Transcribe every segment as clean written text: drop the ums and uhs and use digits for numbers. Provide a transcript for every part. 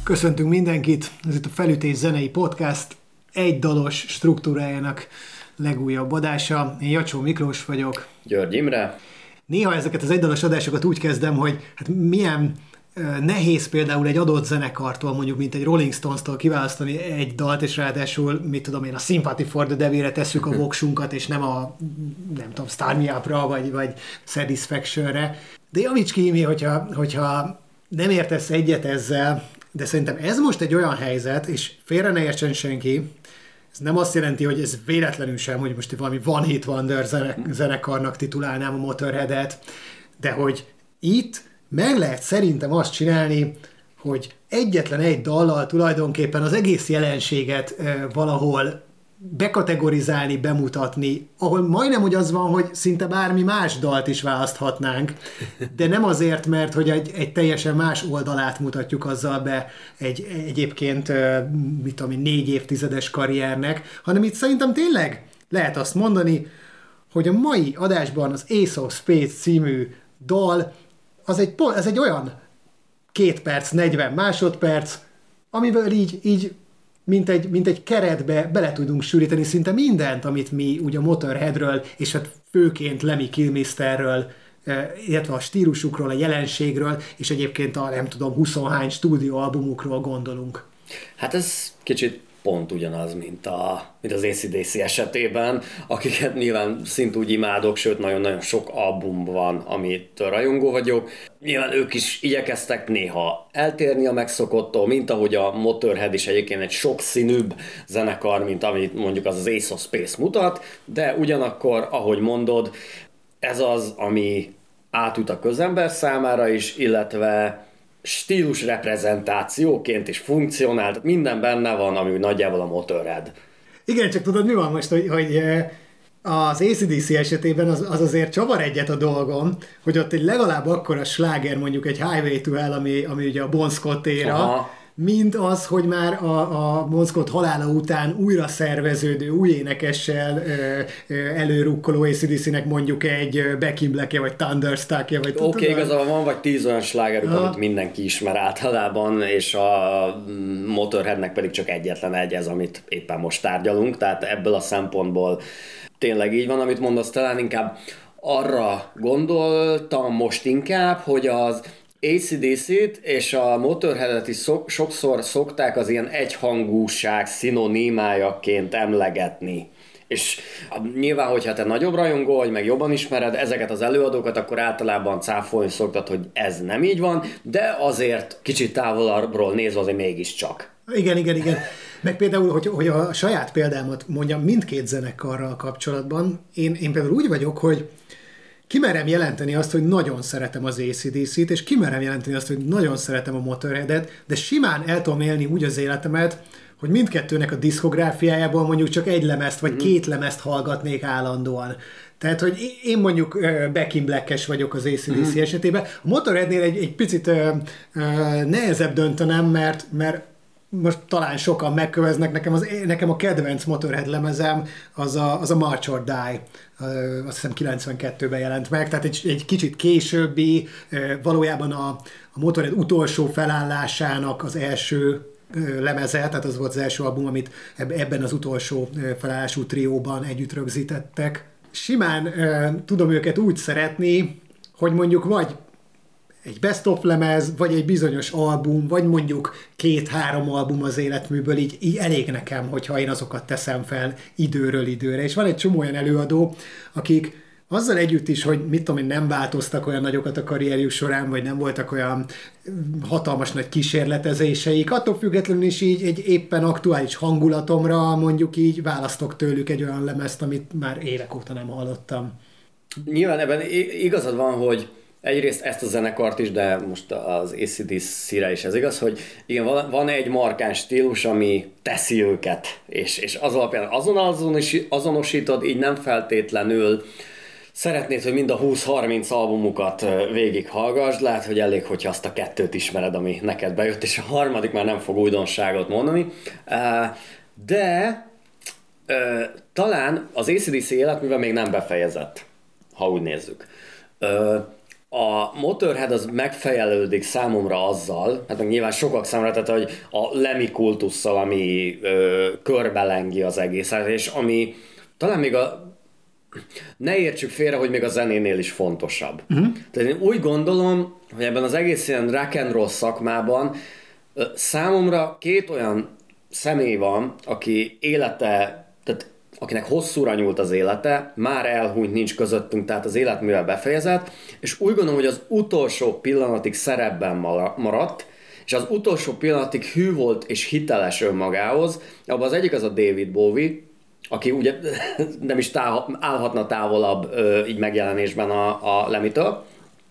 Köszöntünk mindenkit, ez itt a Felütés zenei podcast egy dalos struktúrájának legújabb adása. Én Jacsó Miklós vagyok. György Imre. Néha ezeket az egydalos adásokat úgy kezdem, hogy hát milyen nehéz például egy adott zenekartól, mondjuk mint egy Rolling Stones-tól kiválasztani egy dalt, és ráadásul, mit tudom én, a Sympathy for the Devil-re tesszük a voksunkat, és nem a, nem tudom, Start Me Up-ra, vagy Satisfaction-re. De Javicski Imi, hogyha nem értesz egyet ezzel, de szerintem ez most egy olyan helyzet, és félre ne értsen senki, ez nem azt jelenti, hogy ez véletlenül sem, hogy most valami One Hit Wonder zenekarnak titulálnám a Motorheadet, de hogy itt meg lehet szerintem azt csinálni, hogy egyetlen egy dallal tulajdonképpen az egész jelenséget valahol bekategorizálni, bemutatni, ahol majdnem úgy az van, hogy szinte bármi más dalt is választhatnánk, de nem azért, mert hogy egy teljesen más oldalát mutatjuk azzal be egyébként, mit tudom én, 4 évtizedes karriernek, hanem itt szerintem tényleg lehet azt mondani, hogy a mai adásban az Ace of Spades című dal az egy olyan 2 perc, 40 másodperc, amivel így mint egy keretbe bele tudunk sűríteni szinte mindent, amit mi ugye a Motorheadről, és hát főként Lemmy Kilmisterről, illetve a stílusukról, a jelenségről, és egyébként a nem tudom, 20-hány stúdióalbumukról gondolunk. Hát ez kicsit pont ugyanaz, mint az AC/DC esetében, akiket nyilván szintúgy imádok, sőt nagyon-nagyon sok album van, amit rajongó vagyok. Nyilván ők is igyekeztek néha eltérni a megszokottól, mint ahogy a Motorhead is egyébként egy sokszínűbb zenekar, mint amit mondjuk az Ace of Spades mutat, de ugyanakkor, ahogy mondod, ez az, ami átjut a közember számára is, illetve stílus reprezentációként is funkcionál, tehát minden benne van, ami nagyjából a Motorhead. Igen, csak tudod, mi van most, hogy az AC/DC esetében az azért csavar egyet a dolgom, hogy ott egy legalább akkora sláger, mondjuk egy Highway to Hell, ami ugye a Bon Scott éra, mint az, hogy már a Bon Scott halála után újra szerveződő, új énekessel előrukkoló AC/DC-nek mondjuk egy Back in Black-je, vagy Thunderstruck-je, vagy Oké, igazából van vagy 10 olyan slágerük, amit mindenki ismer általában, és a Motorheadnek pedig csak egyetlen egy, ez, amit éppen most tárgyalunk, tehát ebből a szempontból tényleg így van, amit mondasz, talán inkább arra gondoltam most inkább, hogy az AC/DC-t és a Motorheadet is sokszor szokták az ilyen egyhangúság szinonimájaként emlegetni. És nyilván, hogyha te nagyobb rajongó vagy, meg jobban ismered ezeket az előadókat, akkor általában cáfolni szoktad, hogy ez nem így van, de azért kicsit távolabbról nézve azért mégiscsak. Igen. Meg például, hogy a saját példámat mondjam mindkét zenekarral kapcsolatban, én például úgy vagyok, hogy kimerem jelenteni azt, hogy nagyon szeretem az AC/DC-t, és kimerem jelenteni azt, hogy nagyon szeretem a Motorheadet, de simán el tudom élni úgy az életemet, hogy mindkettőnek a diszkográfiájából mondjuk csak egy lemezt, vagy 2 lemezt hallgatnék állandóan. Tehát, hogy én mondjuk Back in Black-es vagyok az AC/DC esetében. A Motorheadnél egy picit nehezebb döntenem, mert most talán sokan megköveznek, nekem a kedvenc Motorhead lemezem az a March or Die, azt hiszem 92-ben jelent meg, tehát egy kicsit későbbi, valójában a Motorhead utolsó felállásának az első lemeze, tehát az volt az első album, amit ebben az utolsó felállású trióban együtt rögzítettek. Simán tudom őket úgy szeretni, hogy mondjuk vagy egy best-of lemez, vagy egy bizonyos album, vagy mondjuk 2-3 album az életműből, így elég nekem, hogyha én azokat teszem fel időről időre. És van egy csomó olyan előadó, akik azzal együtt is, hogy mit tudom én, nem változtak olyan nagyokat a karrierjük során, vagy nem voltak olyan hatalmas nagy kísérletezéseik, attól függetlenül is így egy éppen aktuális hangulatomra mondjuk így választok tőlük egy olyan lemezt, amit már évek óta nem hallottam. Nyilván ebben igazad van, hogy egyrészt ezt a zenekart is, de most az AC/DC-re is ez igaz, hogy igen, van egy markáns stílus, ami teszi őket, és az alapján azonosítod, így nem feltétlenül szeretnéd, hogy mind a 20-30 albumukat végighallgassd, lehet, hogy elég, hogyha azt a 2 ismered, ami neked bejött, és a harmadik már nem fog újdonságot mondani, de talán az AC/DC életműve még nem befejezett, ha úgy nézzük. A Motorhead az megfejelődik számomra azzal, hát meg nyilván sokak számára, tehát hogy a Lemmy kultusszal, ami körbelengi az egészet, és ami talán még ne értsük félre, hogy még a zenénél is fontosabb. Tehát én úgy gondolom, hogy ebben az egész ilyen rock and roll szakmában számomra két olyan személy van, aki élete, tehát akinek hosszúra nyúlt az élete, már elhunyt, nincs közöttünk, tehát az életművel befejezett, és úgy gondolom, hogy az utolsó pillanatig szerepben maradt, és az utolsó pillanatig hű volt és hiteles önmagához. Abban az egyik az a David Bowie, aki ugye nem is állhatna távolabb így megjelenésben a Lemmy-től.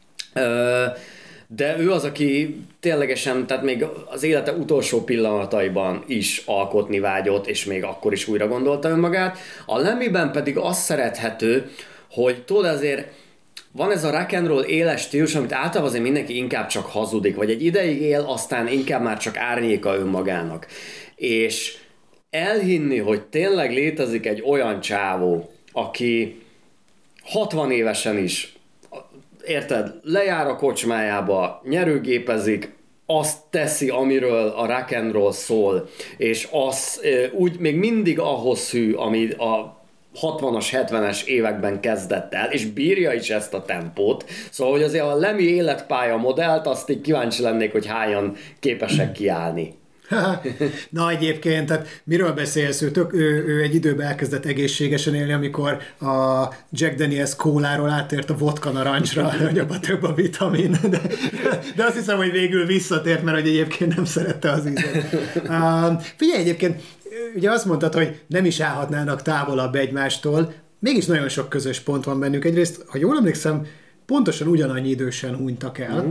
De ő az, aki ténylegesen, tehát még az élete utolsó pillanataiban is alkotni vágyott, és még akkor is újra gondolta önmagát. A Lemmy-ben pedig az szerethető, hogy tudod, azért van ez a rock and roll éles stílus, amit általában azért mindenki inkább csak hazudik, vagy egy ideig él, aztán inkább már csak árnyéka önmagának. És elhinni, hogy tényleg létezik egy olyan csávó, aki 60 évesen is, érted, lejár a kocsmájába, nyerőgépezik, azt teszi, amiről a rock and roll szól, és az úgy még mindig ahhoz hű, ami a 60-as, 70-es években kezdett el, és bírja is ezt a tempót. Szóval, hogy azért a Lemmy életpálya modellt, azt így kíváncsi lennék, hogy hányan képesek kiállni. Na egyébként, tehát miről beszélsz? Ő egy időben elkezdett egészségesen élni, amikor a Jack Daniels kóláról áttért a vodka narancsra, hogy abban több a vitamin. De azt hiszem, hogy végül visszatért, mert hogy egyébként nem szerette az ízet. Figyelj, egyébként, ugye azt mondtad, hogy nem is állhatnának távolabb egymástól, mégis nagyon sok közös pont van bennük. Egyrészt, ha jól emlékszem, pontosan ugyanannyi idősen hunytak el.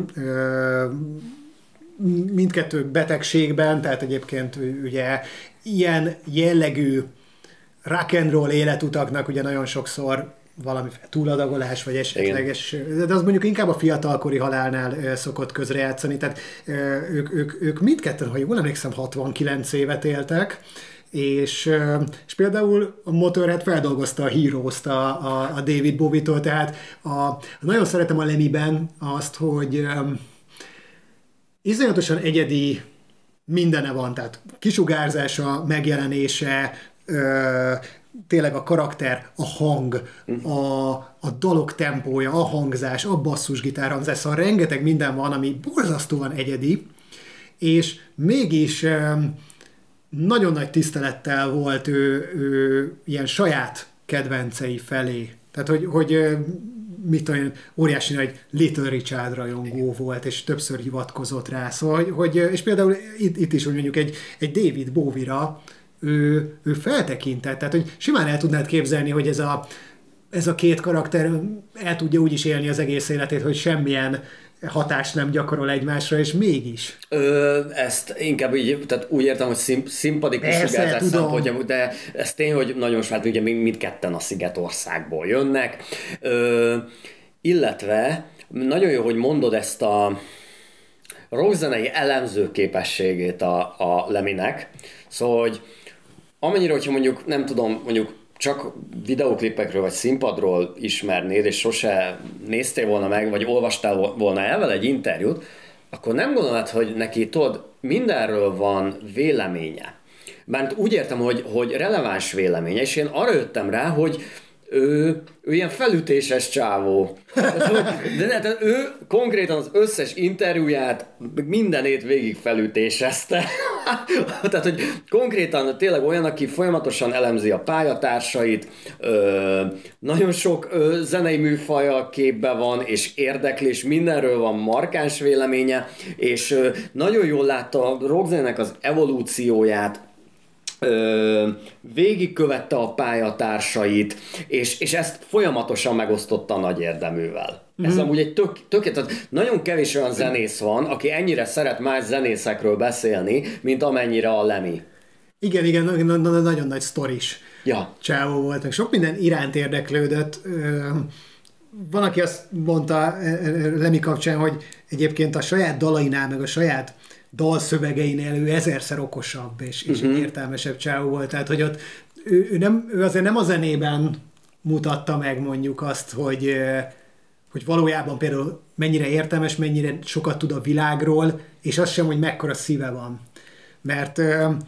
Mindkettő betegségben, tehát egyébként ugye ilyen jellegű rock and roll életutaknak ugye nagyon sokszor valami túladagolás, vagy esetleges, de az mondjuk inkább a fiatalkori halálnál szokott közrejátszani, tehát ők mindketten, ha jól emlékszem, 69 évet éltek, és például a Motorhead feldolgozta a Heroes-t a David Bowie-tól, tehát nagyon szeretem a Lemmy-ben azt, hogy iszonyatosan egyedi mindene van, tehát kisugárzása, megjelenése, tényleg a karakter, a hang, a dalok tempója, a hangzás, a basszusgitár hangzás, szóval rengeteg minden van, ami borzasztóan egyedi, és mégis nagyon nagy tisztelettel volt ő ilyen saját kedvencei felé. Tehát, hogy mit tudom, óriási nagy Little Richard rajongó volt, és többször hivatkozott rá. Szóval, és például itt is, hogy mondjuk egy David Bowie-ra ő feltekintett, tehát hogy simán el tudnád képzelni, hogy ez a két karakter el tudja úgy is élni az egész életét, hogy semmilyen hatást nem gyakorol egymásra, és mégis. Ezt inkább így, tehát úgy értem, hogy színpadi kisugárzás szempontjából, de ez tény, hogy nagyon sokat, ugye mindketten a Szigetországból jönnek, illetve nagyon jó, hogy mondod ezt a rockzenei elemző képességét a Lemmy-nek, szóval, hogy amennyire, hogyha mondjuk, nem tudom, mondjuk csak videóklipekről vagy színpadról ismernéd, és sose néztél volna meg, vagy olvastál volna el vele egy interjút, akkor nem gondolod, hogy neki, tudod, mindenről van véleménye. Mert úgy értem, hogy releváns véleménye, és én arra jöttem rá, hogy ő ilyen felütéses csávó. De ő konkrétan az összes interjúját, mindenét végig felütésezte. Tehát, hogy konkrétan tényleg olyan, aki folyamatosan elemzi a pályatársait, nagyon sok zenei műfaja képben van, és érdekli, és mindenről van markáns véleménye, és nagyon jól látta a rockzenének az evolúcióját, végigkövette a pályatársait, és ezt folyamatosan megosztotta a nagy érdeművel. Ez amúgy egy tökéletes, nagyon kevés olyan zenész van, aki ennyire szeret más zenészekről beszélni, mint amennyire a Lemmy. Igen, nagyon nagy sztoris csávó volt, meg sok minden iránt érdeklődött. Van, aki azt mondta Lemmy kapcsán, hogy egyébként a saját dalainál, meg a saját dalszövegeinél ő ezerszer okosabb és értelmesebb csávó volt. Tehát, hogy ott ő azért nem a zenében mutatta meg mondjuk azt, hogy hogy valójában például mennyire értelmes, mennyire sokat tud a világról, és az sem, hogy mekkora szíve van. Mert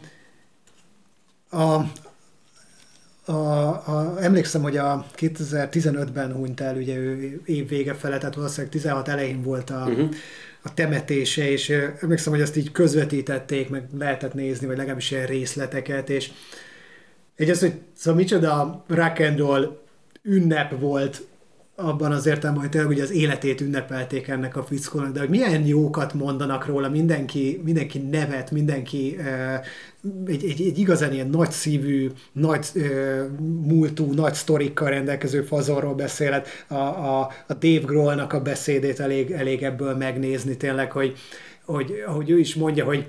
emlékszem, hogy a 2015-ben hunyt el, ugye ő év vége fele, tehát valószínűleg 16 elején volt a temetése, és emlékszem, hogy azt így közvetítették, meg lehetett nézni, vagy legalábbis ilyen részleteket, és az, hogy szóval micsoda rock and roll ünnep volt abban az értelemben, hogy tényleg ugye az életét ünnepelték ennek a fickónak, de hogy milyen jókat mondanak róla, mindenki nevet, mindenki egy igazán ilyen nagy szívű, nagy múltú, nagy sztorikkal rendelkező fazonról beszélet. A Dave Grohlnak a beszédét elég ebből megnézni tényleg, hogy ahogy ő is mondja, hogy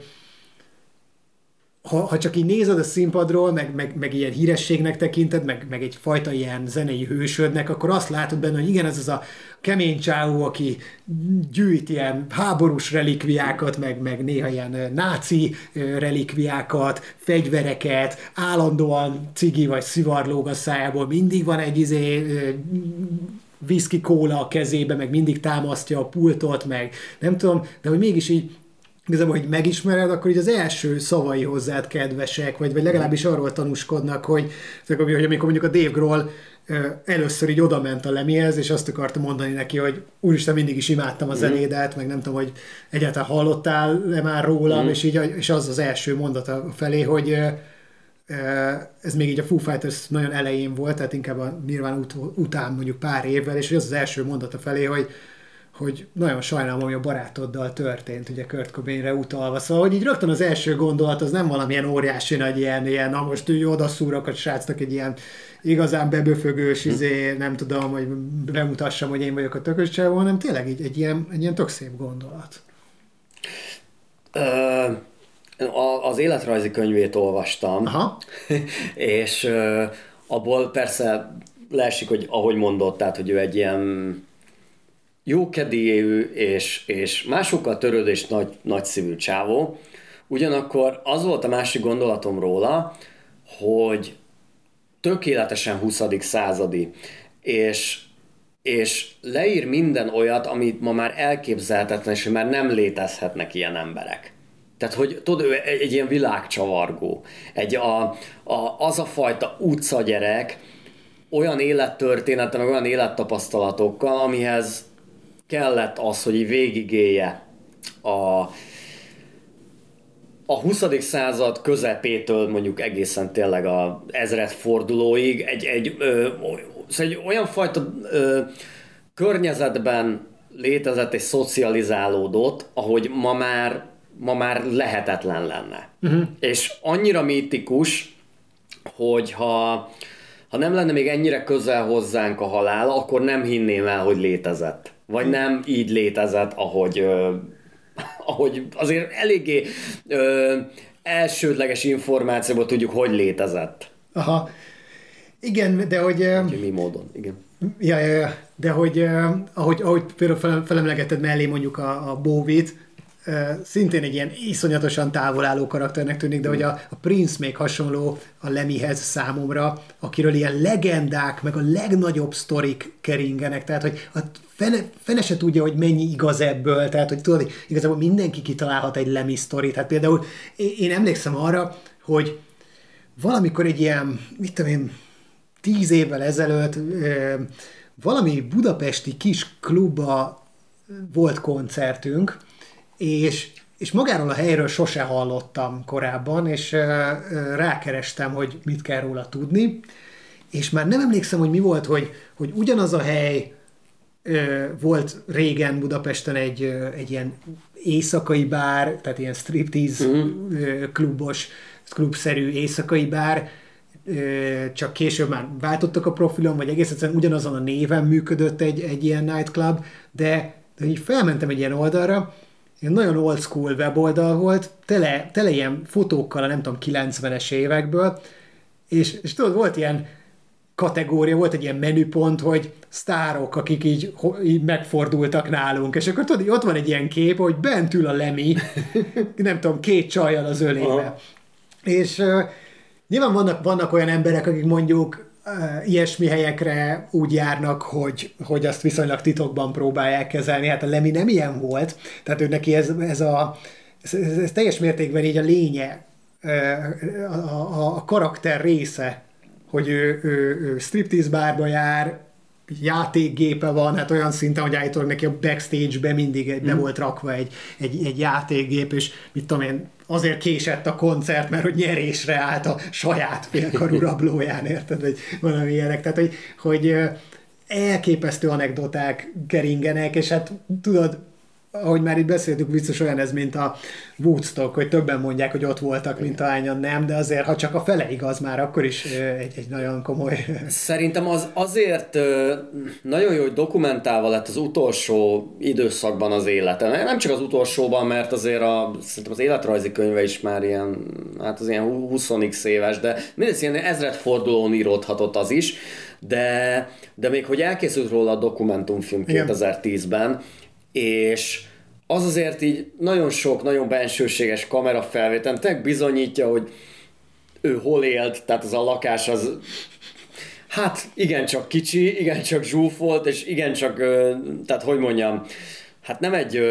ha csak így nézed a színpadról, meg ilyen hírességnek tekinted, meg egyfajta ilyen zenei hősödnek, akkor azt látod benne, hogy igen, ez az a kemény csávó, aki gyűjt ilyen háborús relikviákat, meg néha ilyen náci relikviákat, fegyvereket, állandóan cigi vagy szivar lóg a szájából, mindig van egy whisky kóla a kezébe, meg mindig támasztja a pultot, meg nem tudom, de hogy mégis így igazából, hogy megismered, akkor így az első szavai hozzád kedvesek, vagy legalábbis arról tanúskodnak, hogy amikor mondjuk a Dave Grohl először így odament a Lemmyhez, és azt akarta mondani neki, hogy úristen, mindig is imádtam a zenédet, meg nem tudom, hogy egyáltalán hallottál-e már rólam, és az első mondata felé, hogy ez még így a Foo Fighters nagyon elején volt, tehát inkább a Nirvana után mondjuk pár évvel, és az első mondata felé, hogy nagyon sajnálom, hogy a barátoddal történt, ugye Kurt Cobainre utalva. Szóval, hogy így rögtön az első gondolat az nem valamilyen óriási nagy ilyen na most úgy odaszúrok a srácnak egy ilyen igazán beböfögős, nem tudom, hogy bemutassam, hogy én vagyok a tökös csávó, hanem tényleg így egy ilyen tök szép gondolat. Az életrajzi könyvét olvastam, aha. És abból persze leesik, hogy ahogy mondott, tehát, hogy ő egy ilyen jókedélyű és másokkal törődés nagy szívű csávó. Ugyanakkor az volt a másik gondolatom róla, hogy tökéletesen 20. századi, és leír minden olyat, amit ma már elképzelhetetlen, és már nem létezhetnek ilyen emberek. Tehát, hogy tudod, ő egy ilyen világcsavargó. Az a fajta utcagyerek, olyan élettörténete, meg olyan élettapasztalatokkal, amihez kellett az, hogy végigélje a 20. század közepétől mondjuk egészen tényleg az ezredfordulóig egy olyan fajta környezetben létezett és szocializálódott, ahogy ma már lehetetlen lenne. Uh-huh. És annyira mítikus, hogy ha nem lenne még ennyire közel hozzánk a halál, akkor nem hinném el, hogy létezett. Vagy nem így létezett, ahogy azért eléggé elsődleges információból tudjuk, hogy létezett. Aha. Igen, de hogy... Mi módon, igen. Ja. De hogy ahogy például felemlegetted mellé mondjuk a Bowie-t, szintén egy ilyen iszonyatosan távol álló karakternek tűnik, de hogy a Prince még hasonló a Lemmyhez számomra, akiről ilyen legendák, meg a legnagyobb sztorik keringenek, tehát hogy a fene se tudja, hogy mennyi igaz ebből, tehát hogy tudod, hogy igazából mindenki kitalálhat egy Lemmy sztorit. Hát például én emlékszem arra, hogy valamikor egy ilyen, 10 évvel ezelőtt valami budapesti kis klubba volt koncertünk, és magáról a helyről sose hallottam korábban, és rákerestem, hogy mit kell róla tudni, és már nem emlékszem, hogy mi volt, hogy ugyanaz a hely volt régen Budapesten egy ilyen éjszakai bár, tehát ilyen striptease klubszerű éjszakai bár, csak később már váltottak a profilon, vagy egész egyszerűen ugyanazon a néven működött egy ilyen nightclub, de így felmentem egy ilyen oldalra, ilyen nagyon old school weboldal volt, tele ilyen fotókkal, nem tudom, 90-es évekből, és tudod, volt ilyen kategória, volt egy ilyen menüpont, hogy sztárok, akik így megfordultak nálunk, és akkor tudod, ott van egy ilyen kép, hogy bent ül a Lemmy, nem tudom, 2 csajjal az ölébe. És nyilván vannak olyan emberek, akik mondjuk ilyesmi helyekre úgy járnak, hogy azt viszonylag titokban próbálják kezelni. Hát a Lemmy nem ilyen volt, tehát ő neki ez teljes mértékben így a lénye, a karakter része, hogy ő striptease bárba jár, játékgépe van, hát olyan szinten, hogy állítólag neki a backstage-be mindig be volt rakva egy játékgép, és mit tudom én, azért késett a koncert, mert hogy nyerésre állt a saját félkarú rablóján, érted? Vagy valami ilyenek. Tehát, hogy elképesztő anekdoták keringenek, és hát tudod, ahogy már itt beszéltük, biztos olyan ez, mint a Woodstock, hogy többen mondják, hogy ott voltak, mint ahányan nem, de azért, ha csak a fele igaz, már akkor is egy nagyon komoly... Szerintem az azért nagyon jó, hogy dokumentálva lett az utolsó időszakban az élete. Nem csak az utolsóban, mert azért szerintem az életrajzi könyve is már ilyen, hát az ilyen 20x éves, de mindegy, ilyen ezredfordulón íródhatott az is, de még hogy elkészült róla a dokumentumfilm 2010-ben, és az azért így nagyon sok, nagyon bensőséges kamerafelvétel tényleg bizonyítja, hogy ő hol élt, tehát az a lakás az hát igencsak kicsi, igencsak zsúfolt, és igencsak, tehát hogy mondjam, hát nem egy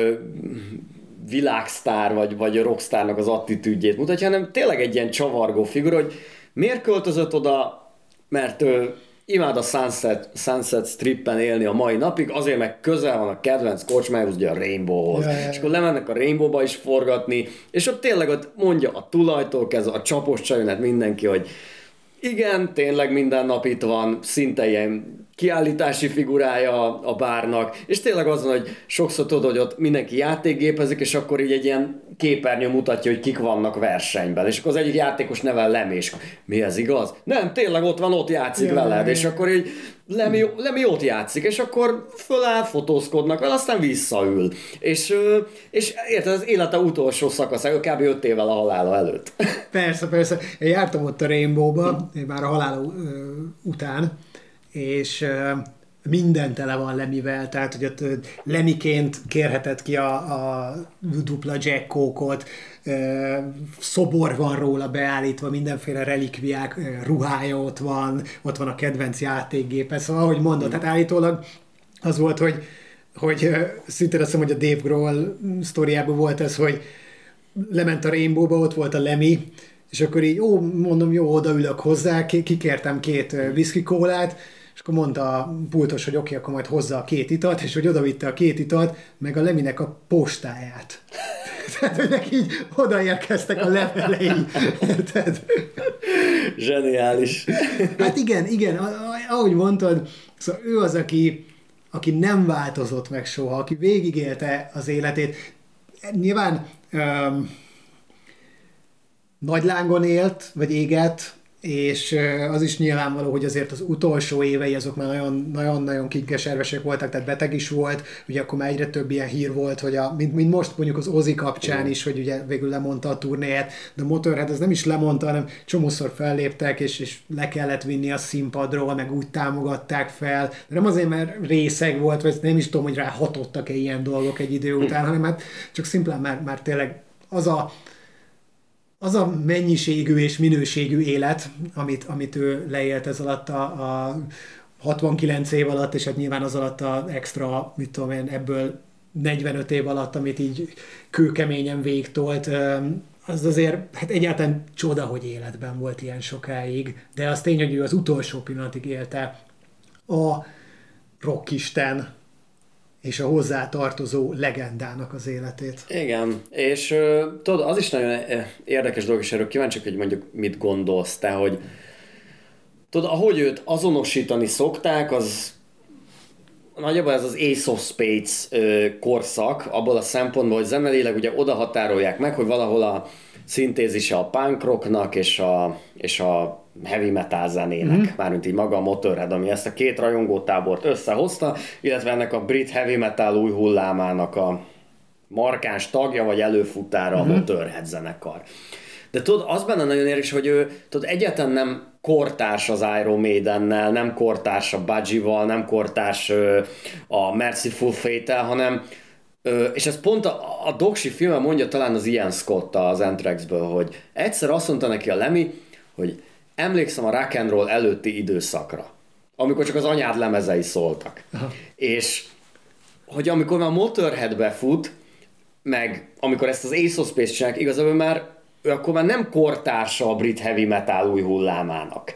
világsztár vagy rockstárnak az attitűdjét mutatja, hanem tényleg egy ilyen csavargó figura, hogy miért költözött oda, mert imád a Sunset Strippen élni a mai napig, azért meg közel van a kedvenc kocsmához, ugye a Rainbowhoz. És akkor lemennek a Rainbowba is forgatni, és ott tényleg ott mondja a tulajtól kezdve, a csapos csajonet mindenki, hogy igen, tényleg minden nap itt van, szinte ilyen kiállítási figurája a bárnak, és tényleg az van, hogy sokszor tudod, hogy ott mindenki játékgépezik, és akkor így egy ilyen képernyő mutatja, hogy kik vannak versenyben, és akkor az egyik játékos nevel Lemmy, és mi ez igaz? Nem, tényleg ott van, ott játszik veled, és akkor így Lemmy ott játszik, és akkor föláll, fotózkodnak vele, aztán visszaül. És érted, az élete utolsó szakasz, kb. 5 évvel a halála előtt. Persze. Én jártam ott a Rainbowba, már a halála után, és minden tele van Lemmyvel, tehát hogy ott Lemmyként kérheted ki a dupla Jack Coke-ot, szobor van róla beállítva, mindenféle relikviák, ruhája ott van a kedvenc játékgépe, szóval ahogy mondod, tehát állítólag az volt, hogy szintén azt hiszem, hogy a Dave Grohl sztoriában volt ez, hogy lement a Rainbowba, ott volt a Lemmy, és akkor így, mondom, odaülök hozzá, kikértem 2 whisky kólát, és akkor mondta a pultos, hogy oké, akkor majd hozza a 2 italt, és hogy odavitte a 2 italt, meg a Lemmynek a postáját. Tehát, hogy neki így odaérkeztek a levelei. Zseniális. Hát igen, ahogy mondtad, szóval ő az, aki nem változott meg soha, aki végigélte az életét. Nyilván nagy lángon élt, vagy égett, és az is nyilvánvaló, hogy azért az utolsó évei azok már nagyon-nagyon kinkeservesek voltak, tehát beteg is volt, ugye akkor már egyre több ilyen hír volt, hogy mint most mondjuk az Ozzy kapcsán is, hogy ugye végül lemondta a turnéját, de a Motorhead az nem is lemondta, hanem csomószor felléptek, és le kellett vinni a színpadról, meg úgy támogatták fel, de nem azért, mert részeg volt, vagy nem is tudom, hogy rá hatottak-e ilyen dolgok egy idő után, hanem hát csak szimplán már tényleg az a mennyiségű és minőségű élet, amit ő leélt ez alatt a 69 év alatt, és hát nyilván az alatt a extra, mit tudom én, ebből 45 év alatt, amit így kőkeményen végtolt, az azért, hát egyáltalán csoda, hogy életben volt ilyen sokáig, de az tény, hogy ő az utolsó pillanatig élte a rockisten és a hozzá tartozó legendának az életét. Igen, és tudod, az is nagyon érdekes dolog, és erről kíváncsiak, hogy mondjuk mit gondolsz te, hogy tudod, ahogy őt azonosítani szokták, az nagyjából ez az Ace of Spades korszak, abból a szempontból, hogy zeneileg ugye oda határolják meg, hogy valahol a szintézise a punk rocknak és a heavy metal zenének, mármint így maga a Motorhead, ami ezt a 2 rajongótábort összehozta, illetve ennek a brit heavy metal új hullámának a markáns tagja vagy előfutára a Motorhead zenekar. De tudod, az benne nagyon érdekes, hogy ő egyáltalán nem kortárs az Iron Maidennel, nem kortárs a Budgie-val, nem kortárs a Merciful Fate-tel, hanem és ez pont a Doksi filmben mondja talán az Ian Scott az Anthraxből, hogy egyszer azt mondta neki a Lemmy, hogy emlékszem a rock and roll előtti időszakra, amikor csak az anyád lemezei szóltak. Aha. És hogy amikor már Motorhead befut, meg amikor ezt az Ace of Space csinálják, igazából már ő akkor már nem kortársa a brit heavy metal új hullámának,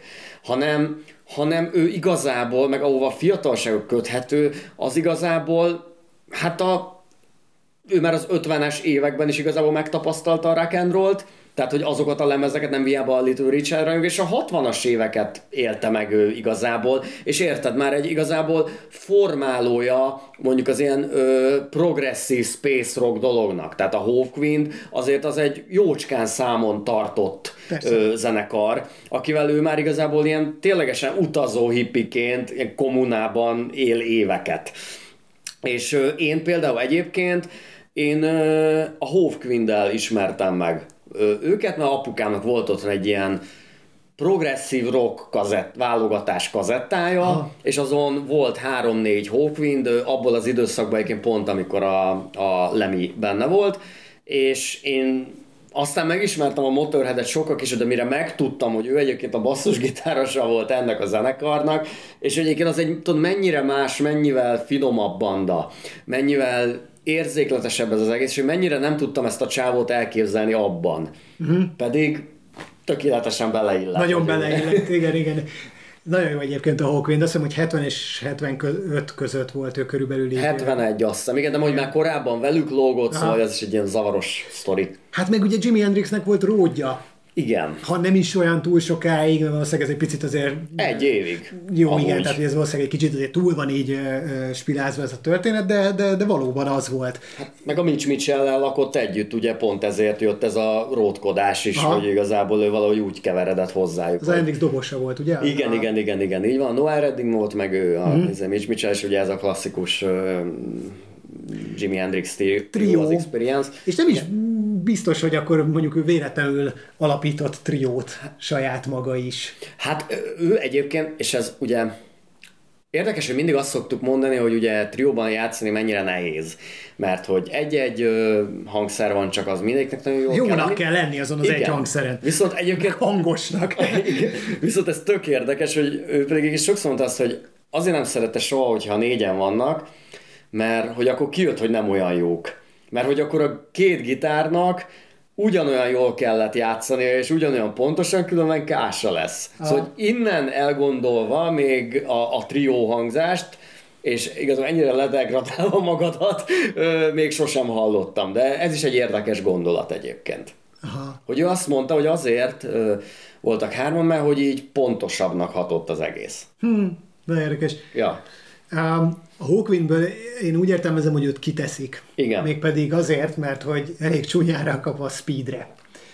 hanem ő igazából, meg ahova a fiatalságok köthető, az igazából, hát ő már az 50-es években is igazából megtapasztalta a rock and rollt, tehát, hogy azokat a lemezeket nem hiába a Little Richard rajong, és a 60-as éveket élte meg ő igazából, és érted, már egy igazából formálója mondjuk az ilyen progresszív space rock dolognak. Tehát a Hawkwind azért az egy jócskán számon tartott zenekar, akivel ő már igazából ilyen ténylegesen utazó hippiként, ilyen kommunában él éveket. És én például egyébként a Hawkwind-del ismertem meg őket, mert apukámnak volt otthon egy ilyen progresszív rock válogatás kazettája, és azon volt 3-4 Hawkwind, abból az időszakban egyébként pont, amikor a Lemmy benne volt, és én aztán megismertem a Motorheadet sokkal később, de mire megtudtam, hogy ő egyébként a basszusgitárosa volt ennek a zenekarnak, és egyébként az egy, tudod, mennyire más, mennyivel finomabb banda, mennyivel érzékletesebb ez az egész, és mennyire nem tudtam ezt a csávót elképzelni abban. Pedig tökéletesen beleillett. Nagyon beleillett, igen. Nagyon jó egyébként a Hawkwind, azt hiszem, hogy 70 és 75 között volt ő körülbelül így. 71, azt hiszem, igen, de hogy már korábban velük lógott, szóval ez is egy ilyen zavaros sztori. Hát meg ugye Jimi Hendrixnek volt ródja. Igen. Ha nem is olyan túl sokáig, mert valószínűleg ez egy picit azért... Egy évig. Jó, amúgy. Igen, tehát ez valószínűleg egy kicsit azért túl van így spilázva ez a történet, de valóban az volt. Hát, meg a Mitch Mitchell-lel lakott együtt, ugye pont ezért jött ez a rótkodás is, hogy igazából ő valahogy úgy keveredett hozzájuk. Az Hendrix dobosa volt, ugye? Igen, így van. Noel Redding volt, meg ő, a Mitch Mitchell, és ugye ez a klasszikus Jimi Hendrix Trio az Experience. És nem is biztos, hogy akkor mondjuk ő véletlenül alapított triót saját maga is. Hát ő egyébként, és ez ugye érdekes, hogy mindig azt szoktuk mondani, hogy ugye trióban játszani mennyire nehéz, mert hogy egy-egy hangszer van, csak az mindegyiknek nagyon jól jónak kell lenni azon az egy hangszeren. Viszont egyébként hangosnak. Igen. Viszont ez tök érdekes, hogy ő pedig is sokszor mondta azt, hogy azért nem szerette soha, hogyha 4-en vannak, mert hogy akkor kijött, hogy nem olyan jók. Mert hogy akkor a 2 gitárnak ugyanolyan jól kellett játszani, és ugyanolyan pontosan, különben kása lesz. Szóval hogy innen elgondolva még a trió hangzást, és igazából ennyire ledegradálva magadat, még sosem hallottam. De ez is egy érdekes gondolat egyébként. Aha. Hogy ő azt mondta, hogy azért voltak 3-an, mert hogy így pontosabbnak hatott az egész. De érdekes. Ja. A Hawkwindből én úgy értelmezem, hogy őt kiteszik. Igen. Mégpedig azért, mert hogy elég csúnyára kap a speedre.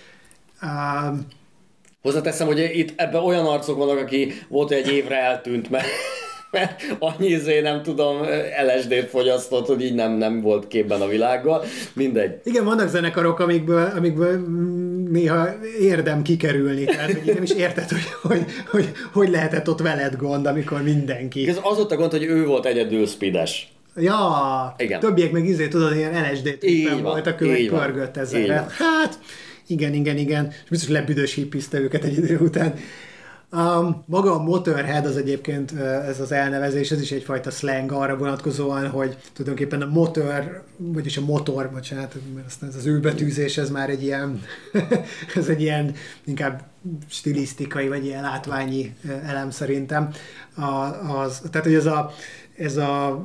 Hozzáteszem, hogy itt ebben olyan arcok vannak, aki volt, hogy egy évre eltűnt, mert annyi nem tudom, LSD-t fogyasztott, hogy így nem volt képben a világgal. Mindegy. Igen, vannak zenekarok, amikből néha érdem kikerülni. Tehát, hogy nem is érted, hogy lehetett ott veled gond, amikor mindenki. Ez az ott a gond, hogy ő volt egyedül speedes. Ja, igen. Többiek meg tudod, ilyen LSD-t voltak, ő pörgött ezzel. Hát, igen. És biztos lebüdös hippizte őket egy idő után. Maga a Motorhead az egyébként, ez az elnevezés, ez is egyfajta slang arra vonatkozóan, hogy tulajdonképpen a motor, bocsánat, mert az őbetűzés, ez már egy ilyen, ez egy ilyen inkább stilisztikai, vagy ilyen látványi elem szerintem. Tehát, hogy ez a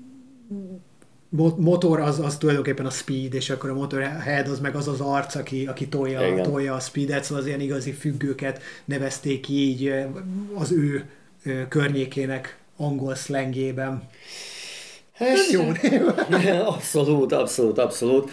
motor az tulajdonképpen a speed, és akkor a Motorhead az meg az az arc, aki tolja a speedet, szóval az ilyen igazi függőket nevezték így az ő környékének angol szlengjében. Ez jó név. Abszolút.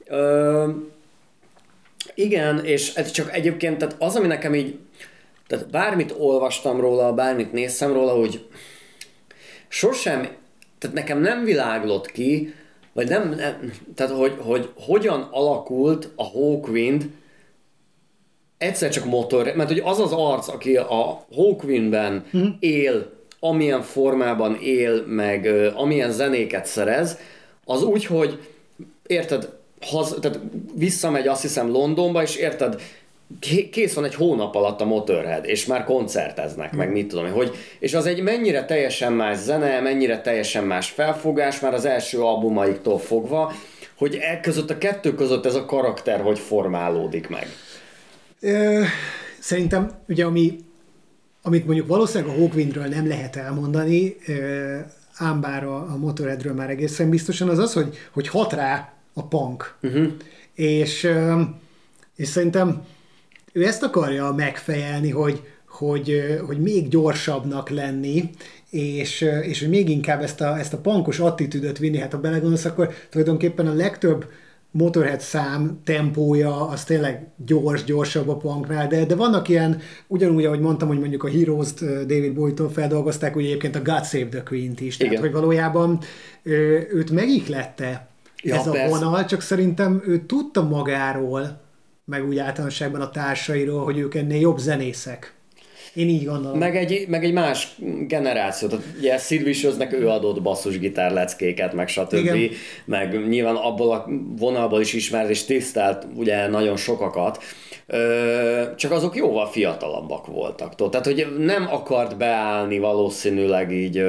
Igen, és ez csak egyébként, tehát az, ami nekem így, tehát bármit olvastam róla, bármit néztem róla, hogy sosem, tehát nekem nem világlott ki, vagy nem tehát hogy hogyan alakult a Hawkwind egyszer csak motor, mert hogy az az arc, aki a Hawkwindben él, amilyen formában él, meg amilyen zenéket szerez, az úgy, hogy érted, tehát visszamegy azt hiszem Londonba, és érted, kész van egy hónap alatt a Motorhead, és már koncerteznek, meg mit tudom én, hogy, és az egy mennyire teljesen más zene, mennyire teljesen más felfogás, már az első albumaiktól fogva, hogy között a kettő között ez a karakter hogy formálódik meg. Szerintem, ugye amit mondjuk valószínűleg a Hawkwindről nem lehet elmondani, ám bár a Motorheadről már egészen biztosan, az az, hogy hat rá a punk. És szerintem ő ezt akarja megfejelni, hogy még gyorsabbnak lenni, és hogy még inkább ezt a punkos attitűdöt vinni. Hát ha belegondolsz, akkor tulajdonképpen a legtöbb Motorhead szám tempója az tényleg gyorsabb a punknál, de vannak ilyen, ugyanúgy, ahogy mondtam, hogy mondjuk a Heroes-t David Bowie-tól feldolgozták, ugye egyébként a God Save the Queen-t is, tehát hogy valójában őt megihlette ez a vonal, csak szerintem ő tudta magáról, meg úgy általánosságban a társairól, hogy ők ennél jobb zenészek. Én így gondolom. Meg egy más generáció. Tehát ugye Sid Viciousnak ő adott basszusgitár leckéket, meg stb. Igen. Meg nyilván abból a vonalból is ismert és tisztelt ugye nagyon sokakat. Csak azok jóval fiatalabbak voltak. Tehát, hogy nem akart beállni valószínűleg így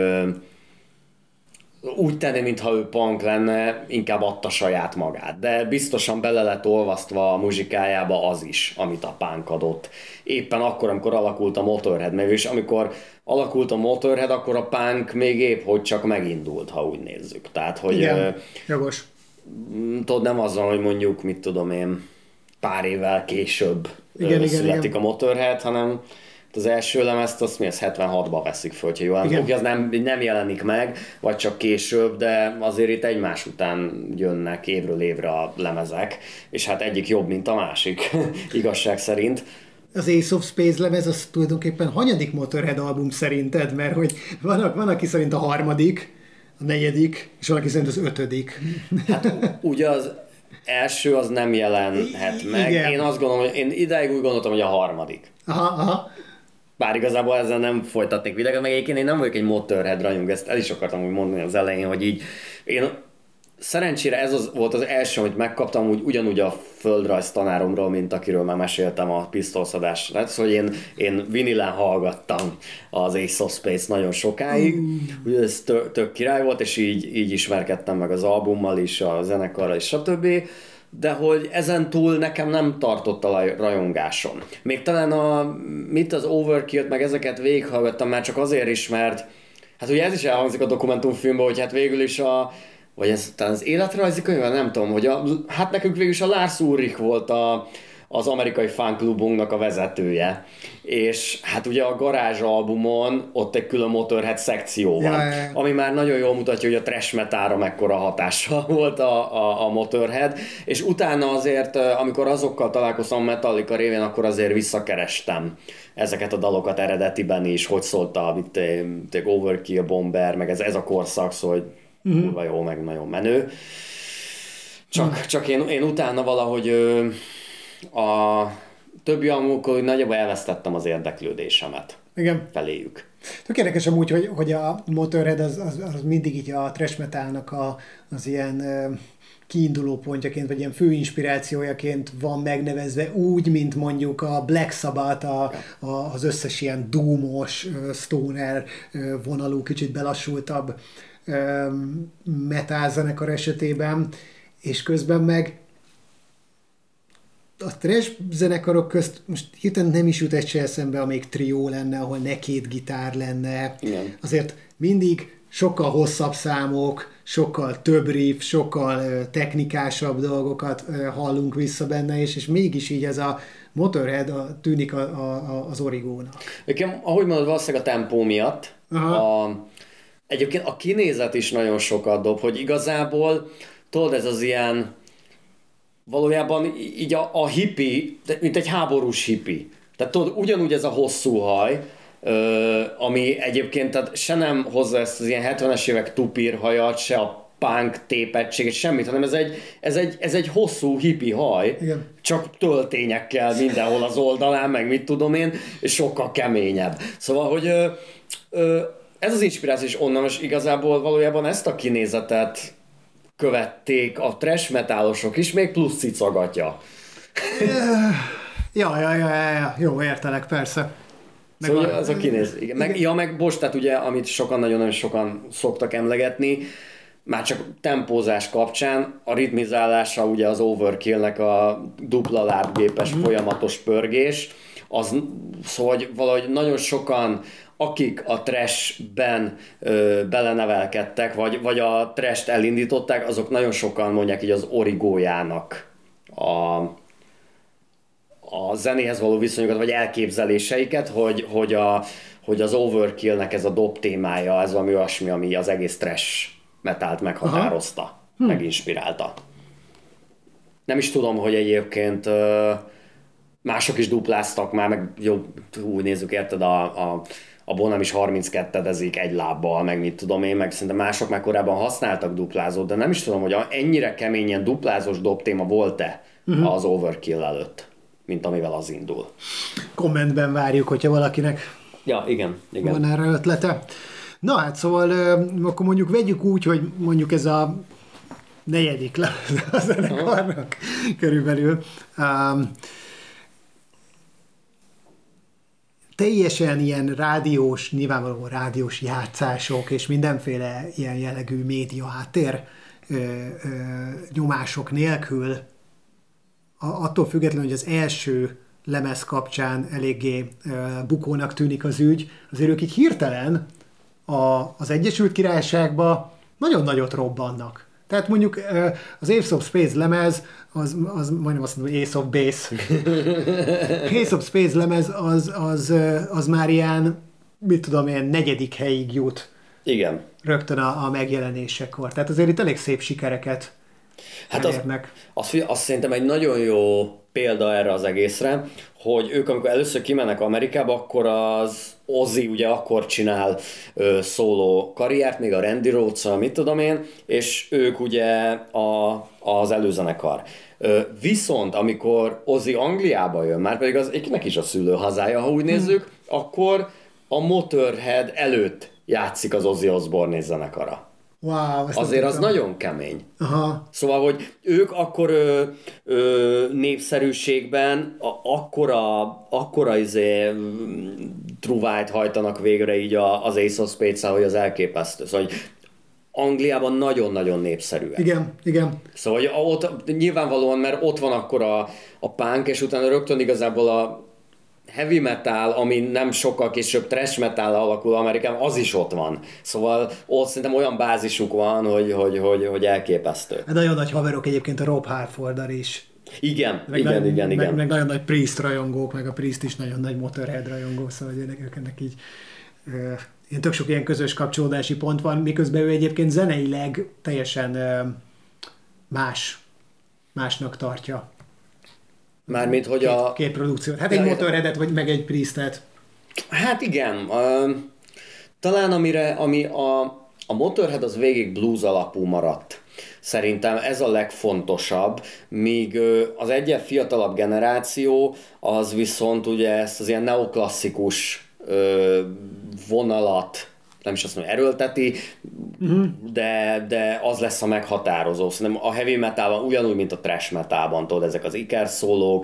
úgy tenni, mintha ő punk lenne, inkább adta saját magát. De biztosan bele lett olvasztva a muzsikájába az is, amit a punk adott. Éppen akkor, amikor alakult a Motorhead, meg és amikor alakult a Motorhead, akkor a punk még épp, hogy csak megindult, ha úgy nézzük. Tehát, hogy... Igen, jogos. Tudod, nem az van, hogy mondjuk, mit tudom én, pár évvel később születik a Motorhead, hanem az első lemezt, azt mi az 76-ban veszik föl, hogyha jól emlékszem. Az nem jelenik meg, vagy csak később, de azért itt egymás után jönnek évről évre a lemezek, és hát egyik jobb, mint a másik, igazság szerint. Az Ace of Space lemez az tulajdonképpen hanyadik Motorhead album szerinted? Mert hogy van aki szerint a harmadik, a negyedik, és van aki szerint az ötödik. Hát ugye az első az nem jelenhet meg. Igen. Én azt gondolom, hogy én idáig úgy gondoltam, hogy a harmadik. Aha. Bár igazából ezzel nem folytatnék videókat, meg egyébként én nem vagyok egy Motorhead rajongó, ezt el is akartam úgy mondani az elején, hogy így én szerencsére ez volt az első, amit megkaptam, ugyanúgy a földrajz tanáromról, mint akiről már meséltem a pisztolszadás. Tehát, hogy én vinilen hallgattam az Ace of Space nagyon sokáig, ugye ez tök király volt, és így ismerkedtem meg az albummal is, a zenekarral is, stb. De hogy ezen túl nekem nem tartott a rajongásom. Még talán az Overkill-t, meg ezeket végighallgattam már csak azért is, mert hát ugye ez is elhangzik a dokumentumfilmben, hogy hát végül is vagy ez talán az életrajzi könyve, nem tudom, hogy hát nekünk végül is a Lars Ulrich volt az amerikai fanklubunknak a vezetője. És hát ugye a Garázs albumon ott egy külön Motorhead szekció van, ami már nagyon jól mutatja, hogy a thrash metalra mekkora hatással volt a Motorhead, és utána azért, amikor azokkal találkoztam a Metallica révén, akkor azért visszakerestem ezeket a dalokat eredetiben is, hogy szólt a Overkill, Bomber, meg ez a korszak, szóval kurva jó, meg nagyon menő. Csak én utána valahogy a többi albumokkal nagyjából elvesztettem az érdeklődésemet. Igen. Feléjük. Tök érdekes amúgy, hogy a Motorhead az mindig így a thrash metalnak az ilyen kiinduló pontjaként, vagy ilyen fő inspirációjaként van megnevezve úgy, mint mondjuk a Black Sabbath, az összes ilyen doomos, stoner vonalú, kicsit belassultabb metal zenekar esetében, és közben meg a thrash zenekarok közt most hirtelen nem is jut egy se eszembe, amelyik trió lenne, ahol ne két gitár lenne. Igen. Azért mindig sokkal hosszabb számok, sokkal több riff, sokkal technikásabb dolgokat hallunk vissza benne, és mégis így ez a Motorhead tűnik az origónak. Ahogy mondod, valószínűleg a tempó miatt. Egyébként a kinézet is nagyon sokat dob, hogy igazából tudod, ez az ilyen valójában így a hippi, mint egy háborús hippi. Tehát tudod, ugyanúgy ez a hosszú haj, ami egyébként tehát se nem hozza ezt az ilyen 70-es évek tupírhajat, se a punk tépegységet, semmit, hanem ez egy hosszú hippi haj, igen, csak töltényekkel mindenhol az oldalán, meg mit tudom én, és sokkal keményebb. Szóval, hogy ez az inspiráció is onnan, és igazából valójában ezt a kinézetet követték a thrash metálosok is, még plusz cicagatja. Ja, jó, értelek, persze. Meg szóval az a kinéz. Igen. Meg most, tehát ugye, amit nagyon-nagyon sokan szoktak emlegetni, már csak tempózás kapcsán, a ritmizálása ugye az Overkill-nek a dupla lábgépes folyamatos pörgés, az szóval hogy valahogy nagyon sokan, akik a trashben belenevelkedtek, vagy a trasht elindították, azok nagyon sokan mondják így az origójának a zenéhez való viszonyukat, vagy elképzeléseiket, hogy az Overkill-nek ez a dob témája, ez valami olyasmi, ami az egész trash metált meghatározta, meginspirálta. Nem is tudom, hogy egyébként mások is dupláztak már, meg jó, úgy nézzük, érted, a Bonham is 32-ezik egy lábbal, meg mit tudom én, meg szerintem mások már korábban használtak duplázót, de nem is tudom, hogy ennyire keményen duplázós dobtéma volt-e az Overkill előtt, mint amivel az indul. Kommentben várjuk, hogyha valakinek igen. van erre ötlete. Na hát szóval akkor mondjuk vegyük úgy, hogy mondjuk ez a negyedik lemez a zenekarnak körülbelül. Teljesen ilyen nyilvánvalóan rádiós játszások és mindenféle ilyen jellegű média háttér nyomások nélkül, attól függetlenül, hogy az első lemez kapcsán eléggé bukónak tűnik az ügy, azért ők így hirtelen az Egyesült Királyságban nagyon nagyot robbannak. Tehát mondjuk az Ace of Space lemez, az majdnem azt mondom, Ace of Base. Ace of Space lemez, az már ilyen, mit tudom én, 4. helyig jut. Igen. Rögtön a megjelenésekor. Tehát azért itt elég szép sikereket elérnek. Az szerintem egy nagyon jó példa erre az egészre, hogy ők amikor először kimennek Amerikába, akkor az Ozzy ugye akkor csinál szóló karriert, még a Randy Rhoads-szal, mit tudom én, és ők ugye az előzenekar. Viszont amikor Ozzy Angliába jön, már pedig az neki is a szülőhazája, ha úgy nézzük, akkor a Motorhead előtt játszik az Ozzy Osbourne zenekara. Wow, azért az nagyon kemény. Aha. Szóval, hogy ők akkor népszerűségben akkora truvájt hajtanak végre így az Ace of Spades-el, hogy az elképesztő. Szóval, hogy Angliában nagyon-nagyon népszerűek. Igen. Szóval, hogy ott nyilvánvalóan, mert ott van akkor a punk, és utána rögtön igazából a heavy metal, ami nem sokkal később thrash metal alakul Amerikában, az is ott van. Szóval ott szerintem olyan bázisuk van, hogy elképesztő. Nagyon nagy haverok egyébként a Rob Halforddal is. Igen. Meg nagyon nagy Priest rajongók, meg a Priest is nagyon nagy Motorhead rajongó, szóval ennek így tök sok ilyen közös kapcsolódási pont van, miközben ő egyébként zeneileg teljesen másnak tartja. Mármint, hogy két produkciót. Hát egy Motorheadet, vagy meg egy Priestet. Hát igen. Talán ami a Motorhead az végig blues alapú maradt. Szerintem ez a legfontosabb, míg az egyre fiatalabb generáció az viszont ugye ezt az ilyen neoklasszikus vonalat, nem is azt mondom, erőlteti, de az lesz a meghatározó. Szerintem a heavy metalban ugyanúgy, mint a thrash metalban, tudod, ezek az ikerszólók,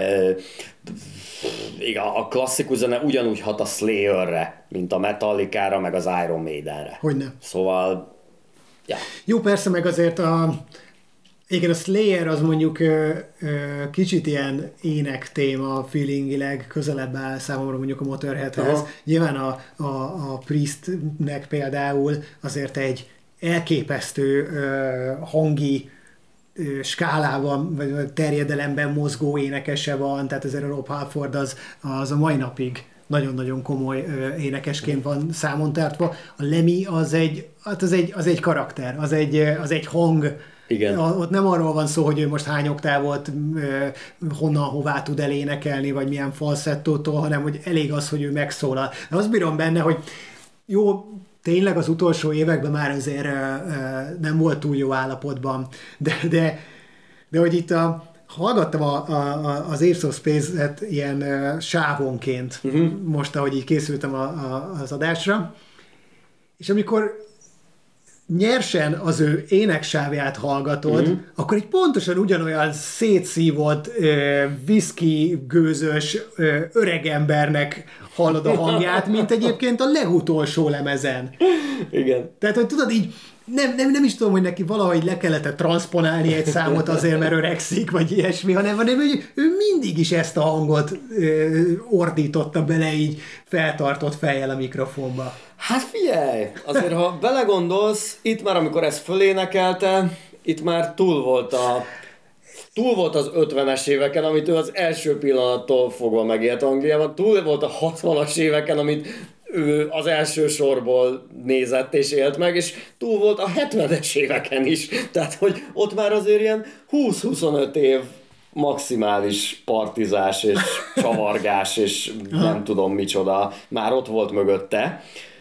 a klasszikus zene ugyanúgy hat a Slayerre, mint a Metallicára, meg az Iron Maidenre. Hogyne. Szóval, ja. Jó, persze, meg azért igen, a Slayer az mondjuk kicsit ilyen ének téma feelingileg közelebb áll számomra mondjuk a Motorheadhez. Aha. Nyilván a Priestnek például azért egy elképesztő hangi skálában, vagy terjedelemben mozgó énekese van, tehát azért a Rob Halford az a mai napig nagyon-nagyon komoly énekesként van számon tartva. A Lemmy az egy karakter, az egy hang. Igen. Ott nem arról van szó, hogy ő most hány oktávot honnan, hová tud elénekelni, vagy milyen falsettótól, hanem hogy elég az, hogy ő megszólal. De azt bírom benne, hogy jó, tényleg az utolsó években már azért nem volt túl jó állapotban, de hogy itt hallgattam az Ace of Space-et ilyen sávonként, most, ahogy így készültem az adásra, és amikor nyersen az ő éneksávját hallgatod, akkor egy pontosan ugyanolyan szétszívott, whisky gőzös öregembernek hallod a hangját, mint egyébként a legutolsó lemezen. Igen. Tehát, hogy tudod, így nem is tudom, hogy neki valahogy le kellett transponálni egy számot azért, mert öregszik, vagy ilyesmi, hanem hogy ő mindig is ezt a hangot ordította bele így feltartott fejjel a mikrofonba. Hát figyelj, azért ha belegondolsz, itt már amikor ezt fölénekelte, itt már túl volt az 50-es éveken, amit ő az első pillanattól fogva megélt Angliában, túl volt a 60-as éveken, amit ő az első sorból nézett és élt meg, és túl volt a 70-es éveken is. Tehát, hogy ott már azért ilyen 20-25 év maximális partizás és csavargás, és nem tudom micsoda, már ott volt mögötte.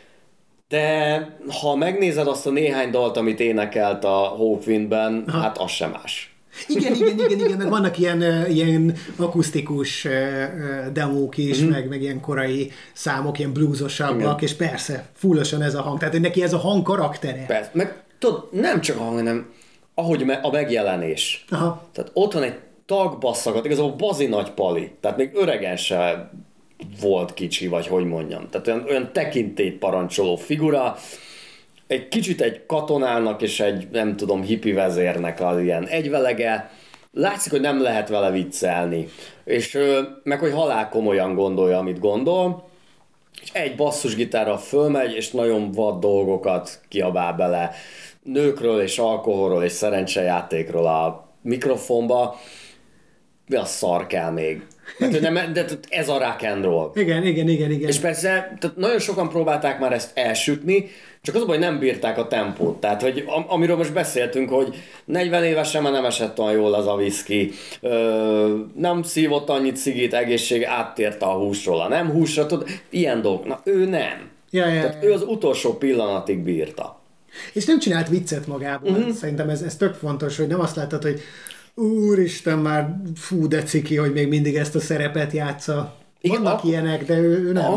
De ha megnézed azt a néhány dalt, amit énekelt a Hawkwindben, hát az sem más. Igen, meg vannak ilyen akusztikus demók is, meg ilyen korai számok, ilyen bluesosabbak, és persze, fullosan ez a hang, tehát neki ez a hang karaktere. Persze, meg tudod, nem csak a hang, hanem ahogy a megjelenés. Aha. Tehát ott van egy tagbasszagat, igazából bazi nagy pali, tehát még öregen se volt kicsi, vagy hogy mondjam. Tehát olyan tekintélyt parancsoló figura, egy kicsit egy katonának és egy, nem tudom, hippi vezérnek az ilyen egyvelege. Látszik, hogy nem lehet vele viccelni. És meg, hogy halál komolyan gondolja, amit gondol. És egy basszusgitárral fölmegy, és nagyon vad dolgokat kiabál bele. Nőkről és alkoholról és szerencsejátékról a mikrofonba. Mi a szar kell még? De ez a rock and roll. Igen. És persze, tehát nagyon sokan próbálták már ezt elsütni, csak az a baj, hogy nem bírták a tempót. Tehát, hogy amiről most beszéltünk, hogy 40 évesen már nem esett olyan jól az a whisky, nem szívott annyit cigit, egészség, áttérte a húsról a nem húsra, tudod, ilyen dolgok. Na, ő nem. Tehát ő az utolsó pillanatig bírta. És nem csinált viccet magából. Szerintem ez tök fontos, hogy nem azt láttad, hogy úristen, már fú, de ciki, hogy még mindig ezt a szerepet játsza. Vannak ilyenek, de ő nem.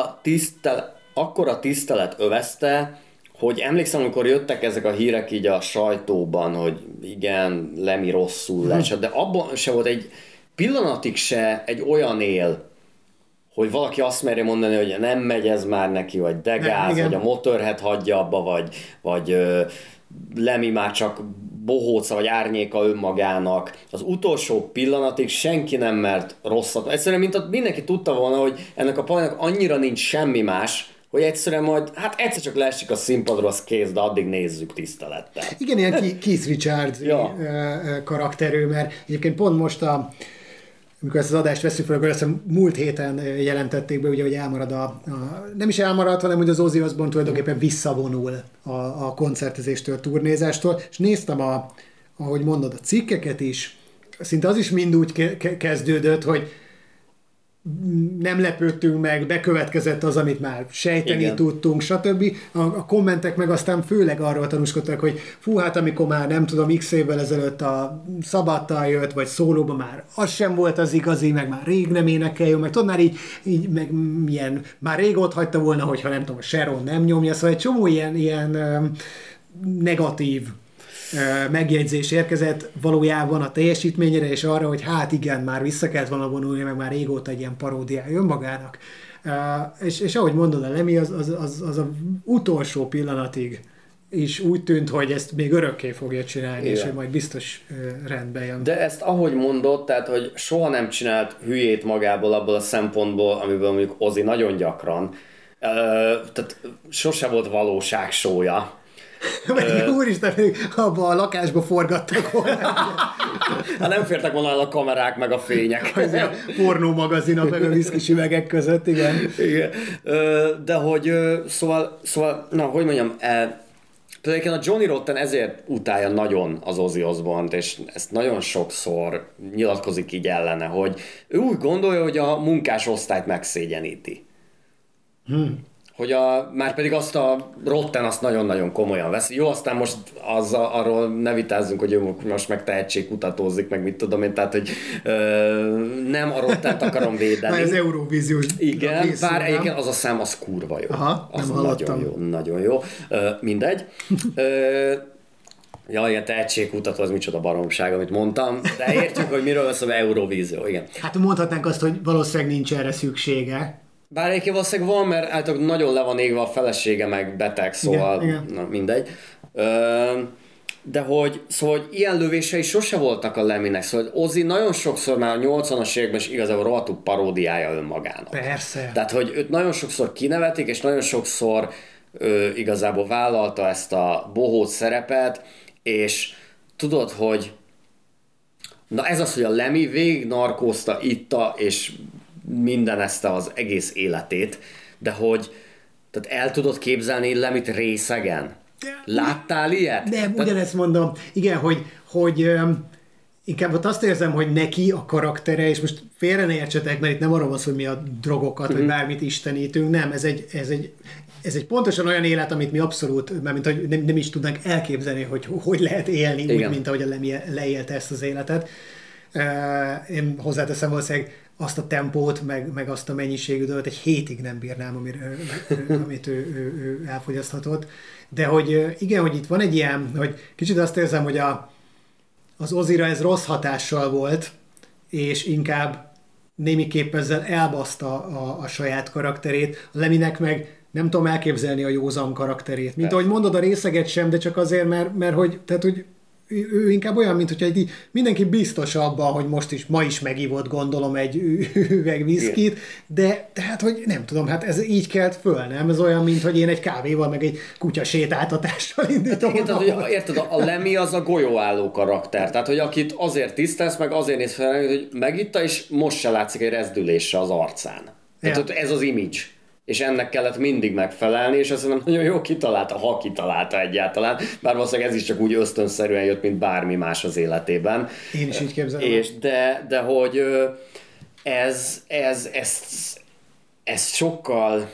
Akkora tisztelet övezte, hogy emlékszem, amikor jöttek ezek a hírek így a sajtóban, hogy igen, Lemmy rosszul leesett, de abban se volt egy pillanatig se egy olyan él, hogy valaki azt merje mondani, hogy nem megy ez már neki, vagy de gáz, vagy a Motorhead hagyja abba, vagy Lemmy már csak bohóca, vagy árnyéka önmagának. Az utolsó pillanatig senki nem mert rosszat. Egyszerűen, mint mindenki tudta volna, hogy ennek a palinak annyira nincs semmi más, hogy egyszerűen majd, hát egyszer csak leesik a színpadról, az kész, de addig nézzük tisztelettel. Igen, ilyen Keith Richards karakterű, mert egyébként pont most amikor ezt az adást veszünk fel, akkor azt hiszem múlt héten jelentették be, ugye, hogy elmarad nem is elmarad, hanem hogy az Ozzy Osbourne tulajdonképpen visszavonul a koncertezéstől, turnézástól, és néztem ahogy mondod, a cikkeket is, szinte az is mind úgy kezdődött, hogy nem lepődtünk meg, bekövetkezett az, amit már sejteni tudtunk, stb. A kommentek meg aztán főleg arról tanúskodtak, hogy fú, hát amikor már nem tudom, x évvel ezelőtt a Szabadtal jött, vagy szólóban már az sem volt az igazi, meg már rég nem énekeljon, meg tudod, már így meg milyen, már rég ott hagyta volna, hogyha nem tudom, a Sharon nem nyomja, szóval egy csomó ilyen negatív megjegyzés érkezett valójában a teljesítményére, és arra, hogy hát igen, már vissza kellett volna vonulni, meg már régóta egy ilyen paródiája önmagának. És ahogy mondod, a Lemmy az utolsó pillanatig is úgy tűnt, hogy ezt még örökké fogja csinálni, igen. És hogy majd biztos rendbe jön. De ezt ahogy mondod, tehát, hogy soha nem csinált hülyét magából abból a szempontból, amiből mondjuk Ozzy nagyon gyakran, tehát sose volt valóságsója. Úristen, abba a lakásba forgattak volna. Hát nem fértek volna el a kamerák meg a fények. A pornómagazinok meg a viszkis üvegek között, igen. Igen. De hogy szóval, na, hogy mondjam, például a Johnny Rotten ezért utálja nagyon az Ozzy Osbourne-t, és ezt nagyon sokszor nyilatkozik így ellene, hogy ő úgy gondolja, hogy a munkásosztályt megszégyeníti. hogy már pedig azt a Rotten azt nagyon-nagyon komolyan veszi. Jó, aztán most arról ne vitázzunk, hogy ő most meg tehetségkutatózik, meg mit tudom én, tehát, hogy nem a Rottent akarom védeni. Már az Eurovíziós. Igen, bár egyébként az a szám, az kurva jó. Aha, az nem nagyon jó, nagyon jó. Mindegy. Jaj, a tehetségkutató, az micsoda baromság, amit mondtam, de értjük, hogy miről szól Eurovízió, igen. Hát mondhatnánk azt, hogy valószínűleg nincs erre szüksége. Bár egyébként valószínűleg van, mert általában nagyon le van égve a felesége, meg beteg, szóval igen. Na, mindegy. De hogy ilyen lövései sose voltak a Leminek, szóval Ozzy nagyon sokszor már a 80-as években is igazából rohadtul paródiája önmagának. Persze. Tehát, hogy őt nagyon sokszor kinevetik, és nagyon sokszor igazából vállalta ezt a bohóc szerepet, és tudod, hogy na ez az, hogy a Lemmy végig narkózta, itta, és minden ezt az egész életét, de hogy tehát el tudod képzelni Lemmyt részegen? Láttál ilyet? Nem, ugyanezt mondom. Igen, hogy inkább ott azt érzem, hogy neki a karaktere, és most félre ne értsetek, mert itt nem arról van szó, hogy mi a drogokat, vagy bármit istenítünk, nem, ez egy pontosan olyan élet, amit mi abszolút, mármint hogy nem is tudnánk elképzelni, hogy lehet élni, igen. Úgy, mint ahogy a Lemmy leélte ezt az életet. Én hozzáteszem valószínűleg azt a tempót, meg azt a mennyiségű dolgot egy hétig nem bírnám, amit ő elfogyaszthatott. De hogy igen, hogy itt van egy ilyen, hogy kicsit azt érzem, hogy az Ozzyra ez rossz hatással volt, és inkább némiképp ezzel elbaszta a saját karakterét. A Lemmynek meg nem tudom elképzelni a józan karakterét. Mint ahogy mondod, a részeget sem, de csak azért, mert hogy, tehát, hogy ő inkább olyan, mint hogyha mindenki biztos abban, hogy ma is megívott, gondolom, egy üveg viszkit, de tehát, hogy nem tudom, hát ez így kelt föl, nem? Ez olyan, mint hogy én egy kávéval, meg egy kutya sétáltatással indítom. Hát, hogy érted, a Lemmy az a golyóálló karakter, tehát, hogy akit azért tisztelsz, meg azért néz fel, hogy megitta, és most se látszik egy rezdülése az arcán. Tehát ez az image. És ennek kellett mindig megfelelni, és azt mondom, nagyon jó kitalálta, ha kitalálta egyáltalán, bár valószínűleg ez is csak úgy ösztönszerűen jött, mint bármi más az életében. Én is így képzelem. És de hogy ez sokkal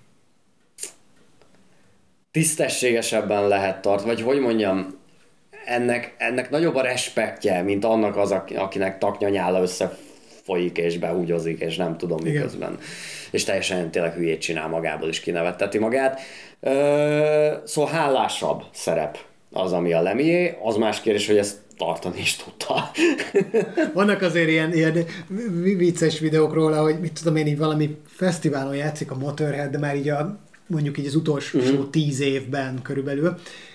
tisztességesebben lehet tart, vagy hogy mondjam, ennek nagyobb a respektje, mint annak az, akinek taknyanyála összefolyik és behúgyozik, és nem tudom miközben. És teljesen tényleg hülyét csinál magából, és kinevetteti magát. Szóval hálásabb szerep az, ami a Lemmyé. Az más kérdés, hogy ezt tartani is tudta. Vannak azért ilyen vicces videók róla, hogy mit tudom én, így valami fesztiválon játszik a Motorhead, de már így mondjuk így az utolsó 10 évben körülbelül,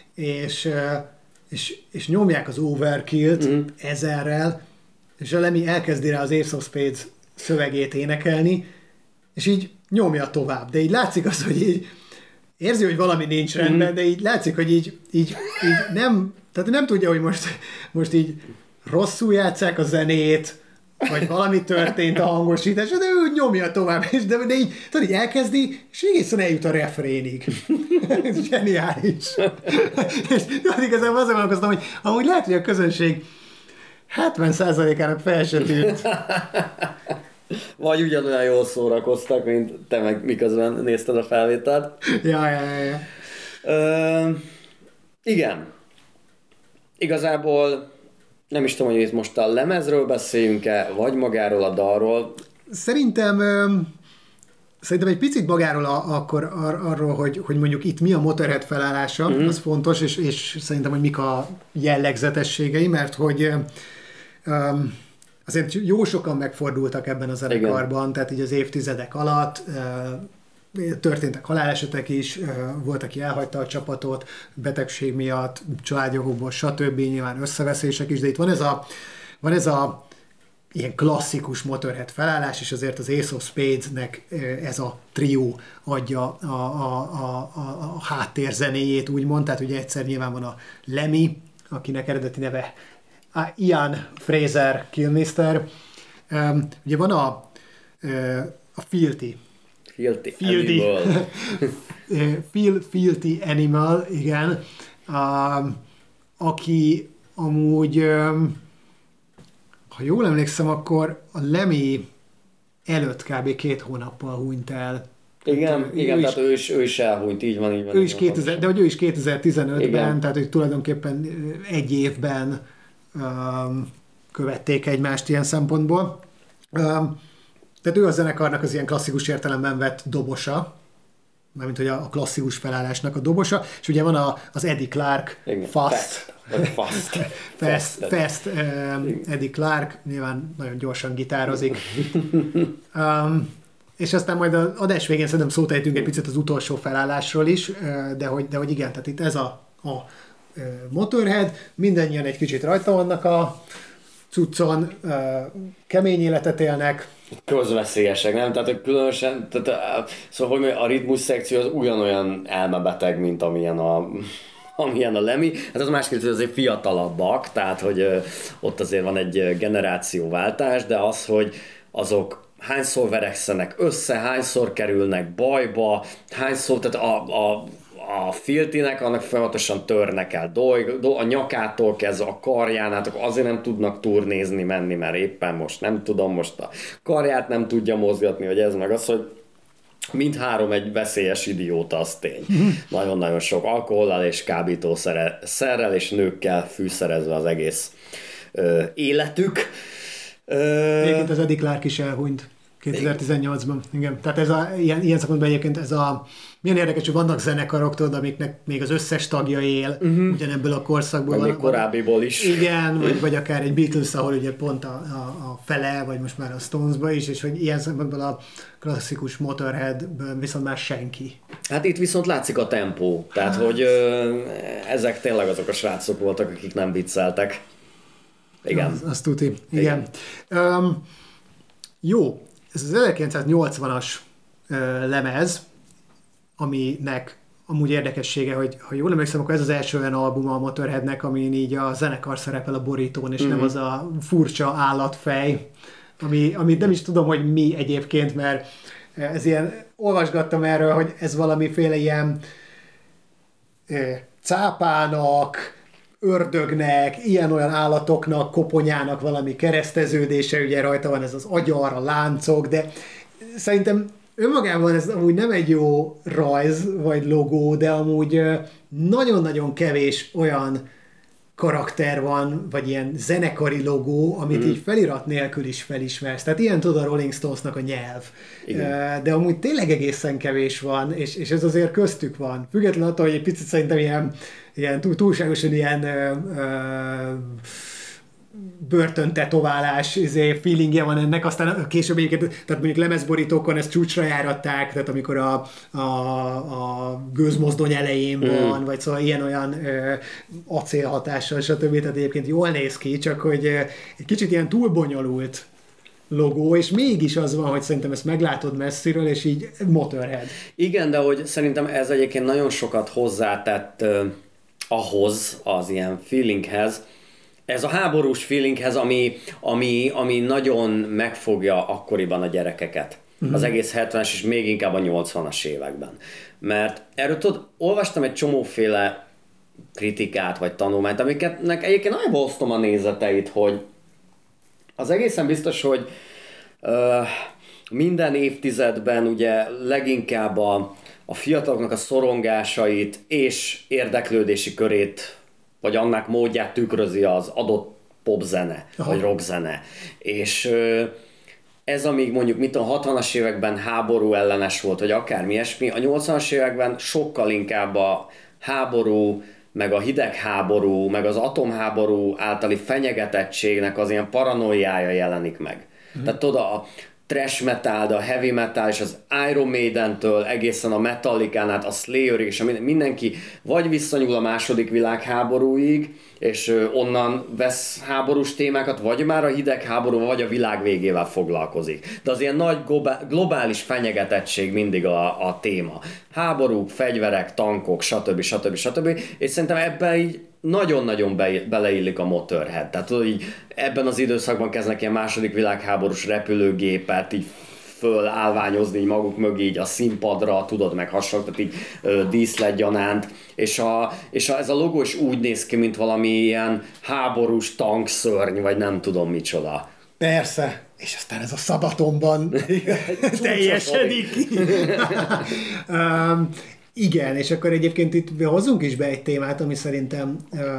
és nyomják az Overkill-t ezerrel, és a Lemmy elkezdi rá az Ace of Spades szövegét énekelni, és így nyomja tovább. De így látszik az, hogy így érzi, hogy valami nincs rendben, de így látszik, hogy így nem, tehát nem tudja, hogy most így rosszul játsszák a zenét, vagy valami történt a hangosítás, de ő nyomja tovább, de így, tudod, így elkezdi, és egészen eljut a refrénig. Ez zseniális. És tudod, igazából azon gondolkoztam, hogy amúgy lehet, hogy a közönség 70%-ának fel se tűnt. Vagy ugyanolyan jól szórakoztak, mint te meg miközben nézted a felvételt. Ja. Igen. Igazából nem is tudom, hogy itt most a lemezről beszéljünk-e, vagy magáról a dalról. Szerintem egy picit magáról akkor arról, hogy mondjuk itt mi a Motorhead felállása, az fontos, és szerintem, hogy mik a jellegzetességei, mert hogy azért jó sokan megfordultak ebben a zenekarban, igen. Tehát így az évtizedek alatt történtek halálesetek is, volt, aki elhagyta a csapatot, betegség miatt, családjogokból, stb. Nyilván összeveszések is, de itt van ez a ilyen klasszikus Motorhead felállás, és azért az Ace of Spades-nek ez a trió adja a háttérzenéjét, úgymond, tehát ugye egyszer nyilván van a Lemmy, akinek eredeti neve Ian Fraser Kilmister. Ugye van a Filthy Animal. Filthy Animal, igen. Aki amúgy, ha jól emlékszem, akkor a Lemmy előtt kb. 2 hónappal hunyt el Igen, tehát ő is elhúnyt, így van. Ő is 2000, de hogy ő is 2015-ben, tehát hogy tulajdonképpen egy évben követték egymást ilyen szempontból. Tehát ő a zenekarnak az ilyen klasszikus értelemben vett dobosa, mármint hogy a klasszikus felállásnak a dobosa, és ugye van az Eddie Clark Fast Eddie Clark, nyilván nagyon gyorsan gitározik. És aztán majd az adás végén szerintem szót ejtünk egy picit az utolsó felállásról is, de hogy igen, tehát itt ez a Motorhead, mindannyian egy kicsit rajta vannak a cuccon, kemény életet élnek. Közveszélyesek, nem? Tehát különösen, szóval hogy a ritmus szekció az ugyanolyan elmebeteg, mint amilyen a Lemmy. Hát az másképp, hogy azért fiatalabbak, tehát hogy ott azért van egy generációváltás, de az, hogy azok hányszor verekszenek össze, hányszor kerülnek bajba, hányszor, tehát a Filthynek annak folyamatosan törnek el a nyakától kezdve a karján, hát azért nem tudnak turnézni menni, mert éppen most a karját nem tudja mozgatni, hogy ez meg az, hogy mindhárom egy veszélyes idióta, az tény. Nagyon-nagyon sok alkohollal és kábítószerrel és nőkkel fűszerezve az egész életük. Egyébként az Eddie Clark is elhunyt 2018-ban. Igen. Tehát ilyen szempontból egyébként milyen érdekes, hogy vannak zenekarok, tudod, amiknek még az összes tagja él, ugyanebből a korszakból. Még korábbiból is. Igen, vagy akár egy Beatles, ahol ugye pont a fele, vagy most már a Stonesba is, és hogy ilyen szempontból a klasszikus Motorheadből viszont már senki. Hát itt viszont látszik a tempó, tehát hogy ezek tényleg azok a srácok voltak, akik nem vicceltek. Igen. Azt tuti. Igen. Jó, ez az 1980-as lemez, aminek amúgy érdekessége, hogy ha jól emlékszem, akkor ez az első olyan album a Motorheadnek, amin így a zenekar szerepel a borítón, és nem az a furcsa állatfej, amit nem is tudom, hogy mi egyébként, mert ez ilyen, olvasgattam erről, hogy ez valamiféle ilyen cápának, ördögnek, ilyen-olyan állatoknak, koponyának valami kereszteződése, ugye rajta van ez az agyar, a láncok, de szerintem önmagában ez amúgy nem egy jó rajz vagy logó, de amúgy nagyon-nagyon kevés olyan karakter van, vagy ilyen zenekari logó, amit így felirat nélkül is felismersz. Tehát ilyen tudod a Rolling Stonesnak a nyelv. Igen. De amúgy tényleg egészen kevés van, és ez azért köztük van. Függetlenül attól, hogy egy picit szerintem ilyen túlságosan ilyen börtöntetoválás feelingje van ennek, aztán később egyébként, tehát mondjuk lemezborítókon ezt csúcsra járatták, tehát amikor a gőzmozdony elején van, vagy szóval ilyen-olyan acélhatással, stb. Tehát egyébként jól néz ki, csak hogy egy kicsit ilyen túl bonyolult logó, és mégis az van, hogy szerintem ezt meglátod messziről, és így Motorhead. Igen, de hogy szerintem ez egyébként nagyon sokat hozzátett ahhoz, az ilyen feelinghez, ez a háborús feelinghez, ami nagyon megfogja akkoriban a gyerekeket. Az egész 70-es és még inkább a 80-as években. Mert erről tudod, olvastam egy csomóféle kritikát vagy tanulmányt, amiketnek egyébként nagyon osztom a nézeteit, hogy az egészen biztos, hogy minden évtizedben ugye leginkább a fiataloknak a szorongásait és érdeklődési körét vagy annak módját tükrözi az adott popzene, vagy rockzene. És ez amíg mondjuk a 60-as években háború ellenes volt, vagy akármi ilyesmi, a 80-as években sokkal inkább a háború, meg a hidegháború, meg az atomháború általi fenyegetettségnek az ilyen paranoiája jelenik meg. Tehát tudod, a thrash metal, de a heavy metal, és az Iron Maiden-től egészen a Metallicán át a Slayerig, és mindenki vagy visszanyúl a második világháborúig, és onnan vesz háborús témákat, vagy már a hidegháború, vagy a világ végével foglalkozik. De az ilyen nagy globális fenyegetettség mindig a téma. Háborúk, fegyverek, tankok, stb. És szerintem ebben így nagyon-nagyon beleillik a Motorhead. Tehát tudod, így ebben az időszakban kezdnek ilyen második világháborús repülőgépet így fölállványozni így maguk mögé így a színpadra, tudod, meg hasonló, tehát így díszletgyanánt. És ez a logó is úgy néz ki, mint valami ilyen háborús tankszörny, vagy nem tudom micsoda. Persze. és aztán ez a Szabatonban teljesedik ki. Igen, és akkor egyébként itt hozzunk is be egy témát, ami szerintem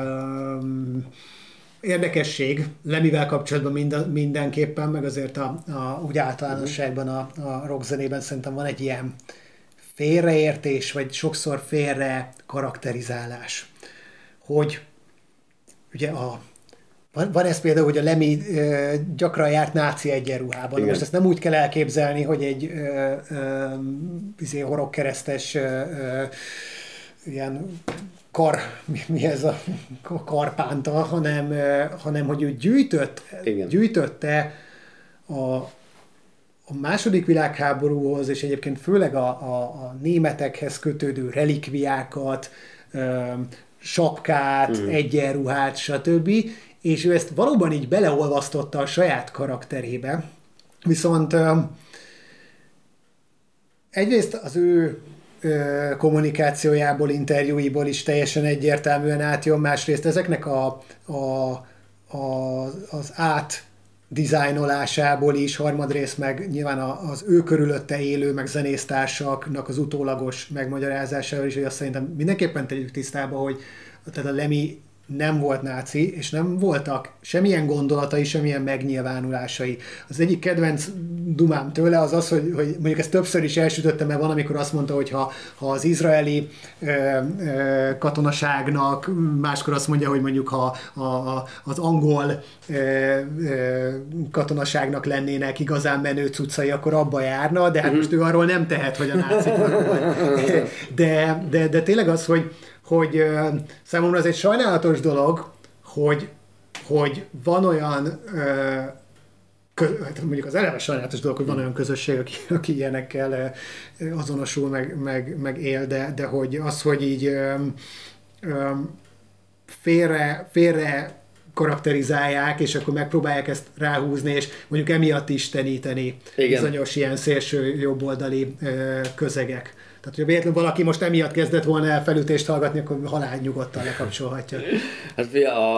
érdekesség Lemivel kapcsolatban mindenképpen, meg azért úgy általánosságban a rockzenében szerintem van egy ilyen félreértés, vagy sokszor félre karakterizálás. Hogy ugye van ez például, hogy a Lemmy gyakran járt náci egyenruhában. Most ezt nem úgy kell elképzelni, hogy egy horogkeresztes ilyen mi ez a karpánta, hanem hogy ő gyűjtötte a második világháborúhoz, és egyébként főleg a németekhez kötődő relikviákat, sapkát, egyenruhát, stb. És ő ezt valóban így beleolvasztotta a saját karakterébe. Viszont egyrészt az ő kommunikációjából, interjúiból is teljesen egyértelműen átjön, másrészt ezeknek az átdizájnolásából is, harmadrészt meg nyilván az ő körülötte élő, meg zenésztársaknak az utólagos megmagyarázásával is, hogy azt szerintem mindenképpen tegyük tisztába, hogy tehát a Lemmy nem volt náci, és nem voltak semmilyen gondolatai, semmilyen megnyilvánulásai. Az egyik kedvenc dumám tőle az, hogy mondjuk ezt többször is elsütöttem, mert van, amikor azt mondta, hogy ha az izraeli katonaságnak, máskor azt mondja, hogy mondjuk ha az angol katonaságnak lennének igazán menő cuccai, akkor abba járna, de hát most ő arról nem tehet, hogy a náciknak volt. De tényleg az, hogy számomra ez egy sajnálatos dolog, hogy van olyan, mondjuk az eleve sajnálatos dolog, hogy van olyan közösség, aki ilyenekkel azonosul, meg él, de hogy az, hogy így félre karakterizálják, és akkor megpróbálják ezt ráhúzni, és mondjuk emiatt isteníteni bizonyos ilyen szélső jobboldali közegek. Tehát, hogyha véletlenül valaki most emiatt kezdett volna el felütést hallgatni, akkor halál nyugodtan lekapcsolhatja. Hát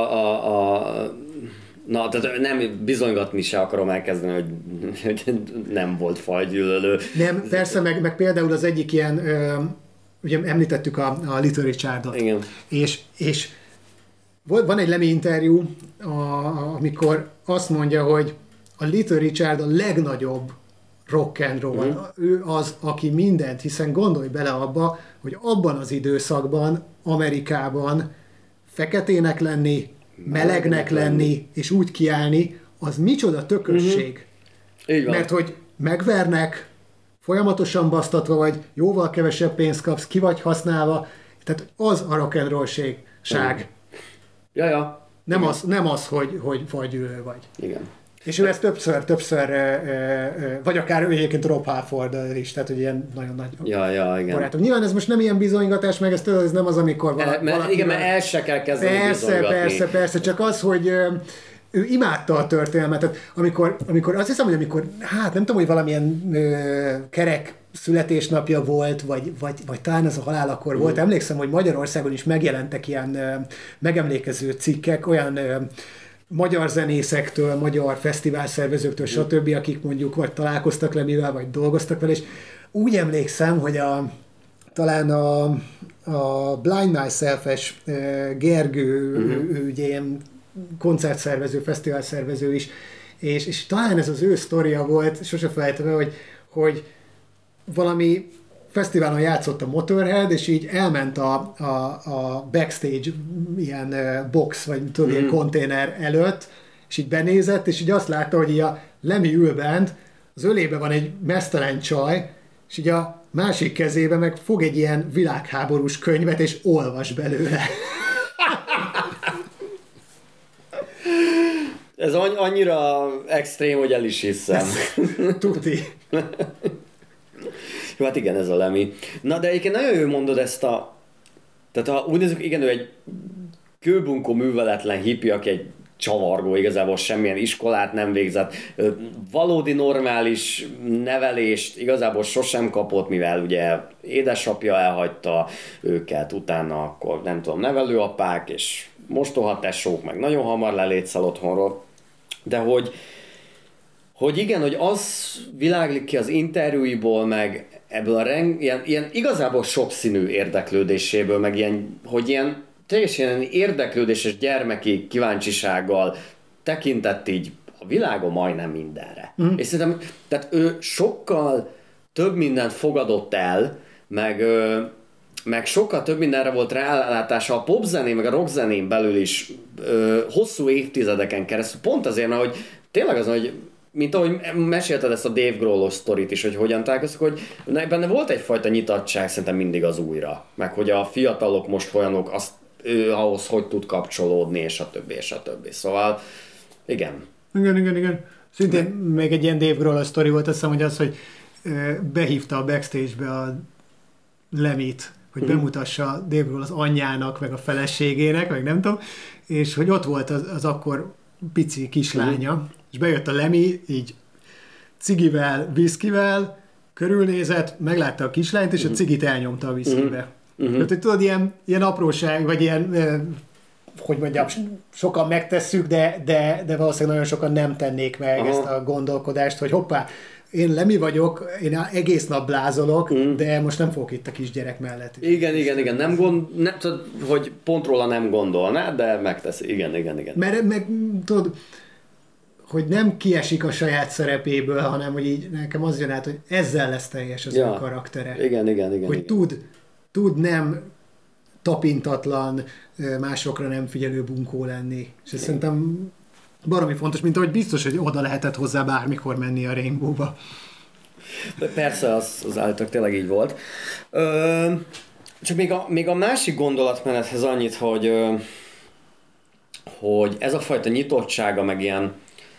na, tehát nem bizonygatni se akarom elkezdeni, hogy nem volt fajgyűlölő. Nem, persze, meg például az egyik ilyen, ugye említettük a Little Richardot. Igen. És van egy Lemmy interjú, amikor azt mondja, hogy a Little Richard a legnagyobb rock and roll. Ő az, aki mindent, hiszen gondolj bele abba, hogy abban az időszakban, Amerikában feketének lenni, melegnek lenni, és úgy kiállni, az micsoda tökösség. Mert hogy megvernek, folyamatosan basztatva vagy, jóval kevesebb pénzt kapsz, ki vagy használva, tehát az a rock and roll-ság. Ja. Nem az, hogy fajgyűlölő vagy. Igen. És ő ezt többször vagy akár ő egyébként Rob Halford is, tehát hogy ilyen nagyon nagy igen. barátok. Nyilván ez most nem ilyen bizonygatás, meg ez nem az, amikor valaki... Igen, mert el se kell kezdeni bizonygatni. Persze, csak az, hogy ő imádta a történelmet. Tehát amikor azt hiszem, hogy hát nem tudom, hogy valamilyen kerek születésnapja volt, vagy talán ez a halálakor volt. Emlékszem, hogy Magyarországon is megjelentek ilyen megemlékező cikkek, olyan magyar zenészektől, magyar fesztiválszervezőktől, stb., akik mondjuk vagy találkoztak Lemivel, vagy dolgoztak vele, és úgy emlékszem, hogy talán a Blind Myself-es Gergő, ő ugye ilyen koncertszervező, fesztiválszervező is, és talán ez az ő sztoria volt, sose felejtem, hogy valami fesztiválon játszott a Motorhead, és így elment a backstage ilyen box, vagy tudod, ilyen konténer előtt, és így benézett, és így azt látta, hogy így a Lemmy ül bent, az ölébe van egy meztelen csaj, és így a másik kezébe meg fog egy ilyen világháborús könyvet, és olvas belőle. Ez annyira extrém, hogy el is hiszem. Tuti. Jó, hát igen, ez a Lemmy. Na, de egyébként nagyon jó mondod ezt tehát ha úgy nézzük, igen, ő egy kőbunkó műveletlen hippi, aki egy csavargó, igazából semmilyen iskolát nem végzett, valódi normális nevelést igazából sosem kapott, mivel ugye édesapja elhagyta őket, utána akkor nem tudom, nevelőapák és mostohatesók, meg nagyon hamar lelétszel otthonról, de hogy igen, hogy az világlik ki az interjúiból, meg ebből a ilyen igazából sokszínű érdeklődéséből, meg ilyen, hogy ilyen teljesen ilyen érdeklődéses gyermeki kíváncsisággal tekintett így a világon majdnem mindenre. És szerintem, tehát ő sokkal több mindent fogadott el, meg sokkal több mindenre volt rálátása a popzenén, meg a rockzenén belül is hosszú évtizedeken keresztül. Pont azért, mert hogy tényleg az, hogy mint ahogy mesélted ezt a Dave Grohl-os sztorit is, hogy hogyan találkoztuk, hogy benne volt egyfajta nyitottság szerintem mindig az újra. Meg hogy a fiatalok most olyanok, azt ő ahhoz hogy tud kapcsolódni, és a többi, és a többi. Szóval, igen. Igen. Szintén még egy ilyen Dave Grohl-os sztori volt, azt hiszem, hogy az, hogy behívta a backstage-be a Lemit, hogy bemutassa Dave Grohl az anyjának, meg a feleségének, meg nem tudom, és hogy ott volt az akkor pici kislánya, és bejött a Lemmy, így cigivel, viszkivel, körülnézett, meglátta a kislányt, és a cigit elnyomta a viszkibe. Tehát, hogy tudod, ilyen apróság, vagy ilyen, hogy mondjam, sokan megtesszük, de valószínűleg nagyon sokan nem tennék meg ezt a gondolkodást, hogy hoppá, én Lemmy vagyok, én egész nap blázolok, de most nem fogok itt a kisgyerek mellett. Igen, nem hogy pont róla nem gondolná, de megteszi. Igen. Mert meg tudod, hogy nem kiesik a saját szerepéből, hanem hogy így nekem az jön át, hogy ezzel lesz teljes az ő karaktere. Igen. Hogy tud nem tapintatlan, másokra nem figyelő bunkó lenni. És ez szerintem baromi fontos, mint ahogy biztos, hogy oda lehetett hozzá bármikor menni a Rainbow-ba. Persze, az állítólag tényleg így volt. Csak még a másik gondolatmenethez annyit, hogy ez a fajta nyitottsága, meg ilyen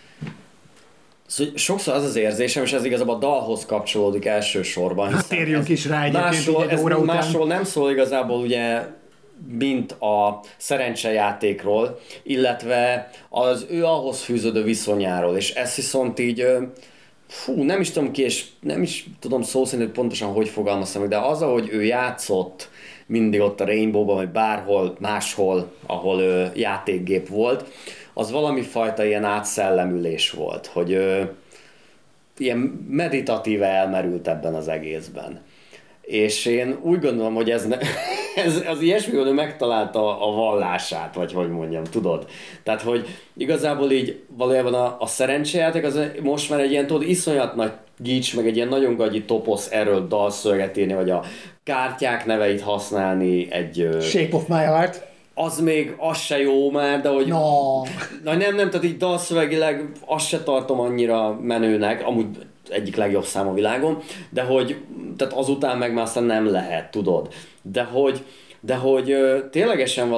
sokszor az érzésem, és ez igazából a dalhoz kapcsolódik elsősorban. Hát térjünk is rá egyébként egy óra után. Másról nem szól igazából ugye, mint a szerencsejátékról, illetve az ő ahhoz fűződő viszonyáról, és ez viszont így, nem is tudom ki, és nem is tudom szó szerint, hogy pontosan hogy fogalmaztam, de az, ahogy ő játszott mindig ott a Rainbow-ban, vagy bárhol máshol, ahol játékgép volt, az valami fajta ilyen átszellemülés volt, hogy ilyen meditatíve elmerült ebben az egészben. És én úgy gondolom, hogy ez az ilyesmi, hogy megtalálta a vallását, vagy hogy mondjam, tudod? Tehát, hogy igazából így valójában a szerencsejáték az most már egy ilyen, tudod, iszonyat nagy gics, meg egy ilyen nagyon gagyi toposz erről dalszöveget írni, vagy a kártyák neveit használni egy... Shape of my heart. Az se jó már, de hogy... No. Nem, tehát így dalszövegileg azt se tartom annyira menőnek, amúgy egyik legjobb szám a világon, de hogy tehát azután meg már aztán nem lehet, tudod. De hogy ténylegesen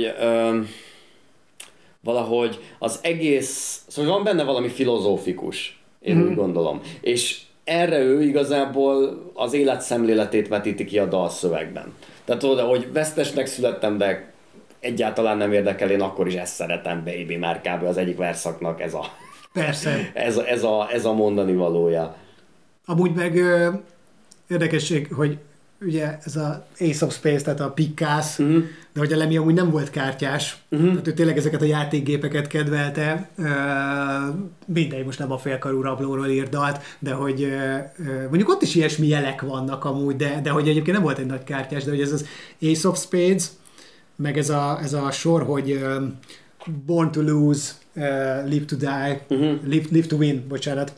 valahogy az egész, szóval van benne valami filozófikus, én úgy gondolom. És erre ő igazából az életszemléletét vetíti ki a dalszövegben. Tehát tudod, hogy vesztesnek születtem, de egyáltalán nem érdekel, én akkor is ezt szeretem, baby, már kb. Az egyik verszaknak ez a... Persze. ez a mondani valója. Amúgy meg érdekesség, hogy ugye ez a Ace of Space, tehát a pikkász, de hogy a Lemmy amúgy nem volt kártyás, tehát ő tényleg ezeket a játékgépeket kedvelte, mindegy, most nem a félkarú rablóról írt dalt, de hogy mondjuk ott is ilyesmi jelek vannak amúgy, de hogy egyébként nem volt egy nagy kártyás, de hogy ez az Ace of Spades, meg ez a sor, hogy Born to Lose, Live to Die, Live to Win, bocsánat,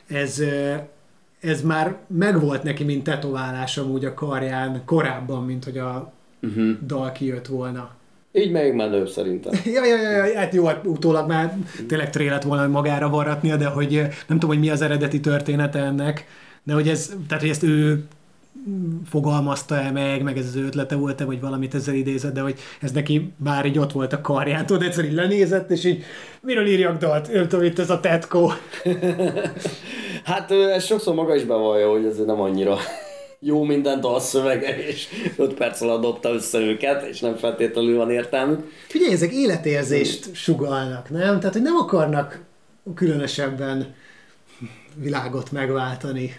ez már megvolt neki, mint tetoválás amúgy a karján korábban, mint hogy a dal kijött volna. Így még menőbb szerintem. Ja, hát jó, hát utólag már tényleg trélet volna magára varratnia, de hogy nem tudom, hogy mi az eredeti története ennek, de hogy tehát hogy ezt ő fogalmazta-e meg ez az ő ötlete volt-e, vagy valamit ezzel idézett, de hogy ez neki már így ott volt a karján, tudod, egyszer így lenézett, és így miről írjak dalt? Nem tudom, itt ez a tetkó. Hát ez sokszor maga is bevallja, hogy ez nem annyira jó minden dalszövege, és 5 perc alatt dobta össze őket, és nem feltétlenül van értelmű. Figyelj, ezek életérzést sugallnak, nem? Tehát, hogy nem akarnak különösebben világot megváltani.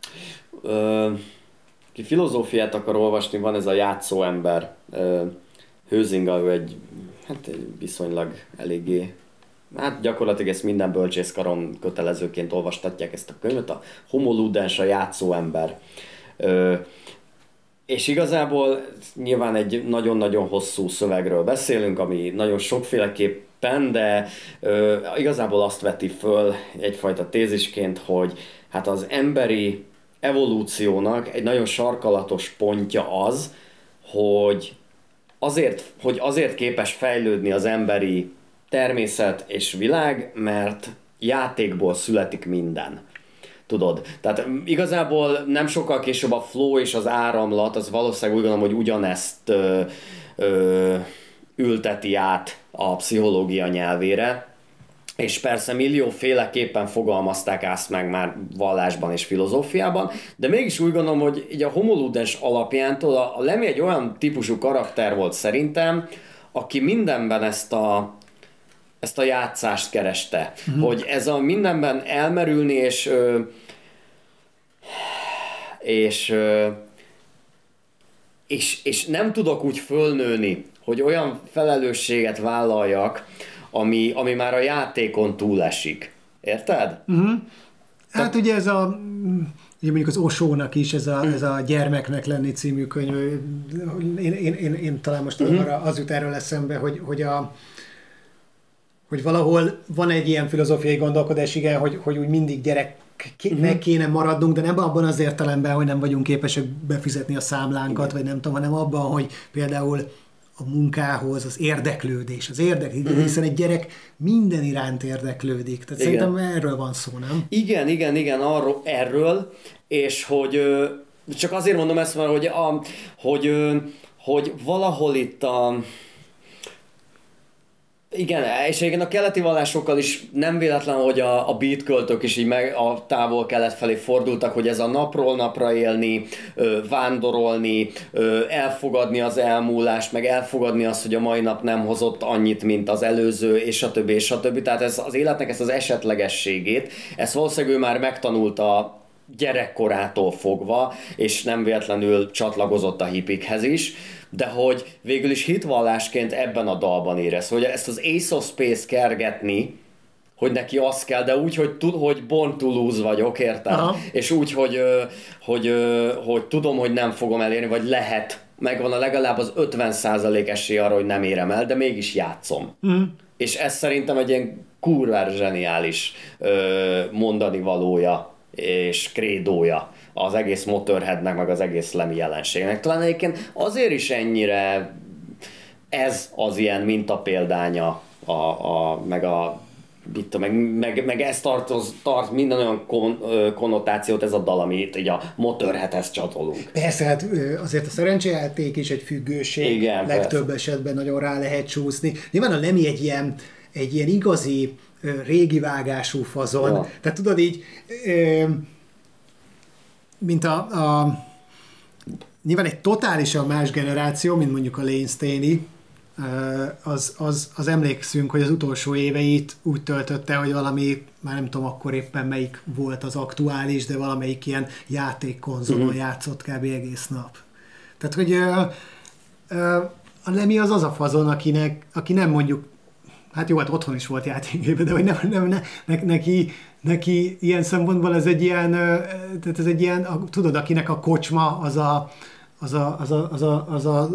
Ki filozófiát akar olvasni, van ez a játszóember, Huizinga, ő egy viszonylag eléggé hát gyakorlatilag ezt minden bölcsészkaron kötelezőként olvastatják ezt a könyvet, a Homo ludens, a játszó ember. És igazából nyilván egy nagyon-nagyon hosszú szövegről beszélünk, ami nagyon sokféleképpen, de igazából azt veti föl egyfajta tézisként, hogy hát az emberi evolúciónak egy nagyon sarkalatos pontja az, hogy azért képes fejlődni az emberi természet és világ, mert játékból születik minden. Tudod, tehát igazából nem sokkal később a flow és az áramlat, az valószínűleg úgy gondolom, hogy ugyanezt ülteti át a pszichológia nyelvére, és persze millióféleképpen fogalmazták ezt meg már vallásban és filozófiában, de mégis úgy gondolom, hogy így a Homo ludens alapjántól a Lemmy egy olyan típusú karakter volt szerintem, aki mindenben ezt a játszást kereste. Hogy ez a mindenben elmerülni, és nem tudok úgy fölnőni, hogy olyan felelősséget vállaljak, ami már a játékon túlesik. Érted? Hát ugye ez ugye mondjuk az Osónak is ez a Gyermeknek lenni című könyv. Én talán most arra az jut erről eszembe, hogy valahol van egy ilyen filozófiai gondolkodás, igen, hogy úgy mindig gyereknek kéne maradnunk, de nem abban az értelemben, hogy nem vagyunk képesek befizetni a számlánkat, vagy nem tudom, hanem abban, hogy például a munkához, az érdeklődés, hiszen egy gyerek minden iránt érdeklődik. Tehát szerintem erről van szó, nem? Igen, erről, és hogy csak azért mondom ezt, mert hogy valahol itt igen, és igen, a keleti vallásokkal is nem véletlen, hogy a beat költők is így a távol-kelet felé fordultak, hogy ez a napról napra élni, vándorolni, elfogadni az elmúlást, meg elfogadni azt, hogy a mai nap nem hozott annyit, mint az előző, és a többi, és a többi. Tehát ez az életnek ezt az esetlegességét, ezt valószínűleg ő már megtanulta gyerekkorától fogva, és nem véletlenül csatlakozott a hippikhez is, de hogy végül is hitvallásként ebben a dalban érez, hogy ezt az Ace of Space kergetni, hogy neki az kell, de úgy, hogy born to lose vagyok, érted? Aha. És úgy, hogy tudom, hogy nem fogom elérni, vagy lehet, megvan a legalább az 50% esély arra, hogy nem érem el, de mégis játszom. És ez szerintem egy ilyen kurvára zseniális mondani valója és krédója az egész Motorheadnek, meg az egész Lemmy jelenségnek. Talán egyébként azért is ez az ilyen mintapéldánya, meg ez tart minden olyan konnotációt ez a dal, amit így a Motorheadhez csatolunk. Persze, hát azért a szerencsejáték is egy függőség. Igen, legtöbb esetben nagyon rá lehet csúszni. Nyilván a Lemmy egy ilyen igazi régi vágású fazon. Ja. Tehát tudod így, mint nyilván egy totálisan más generáció, mint mondjuk a Lane Staley, az emlékszünk, hogy az utolsó éveit úgy töltötte, hogy valami, már nem tudom akkor éppen melyik volt az aktuális, de valamelyik ilyen játékkonzolon játszott kb. Egész nap. Tehát, hogy a Lemmy az a fazon, aki nem mondjuk, hát jó, hát otthon is volt játékgépe, de hogy neki ilyen szempontból ez egy ilyen, tehát ez egy ilyen, tudod, akinek a kocsma az a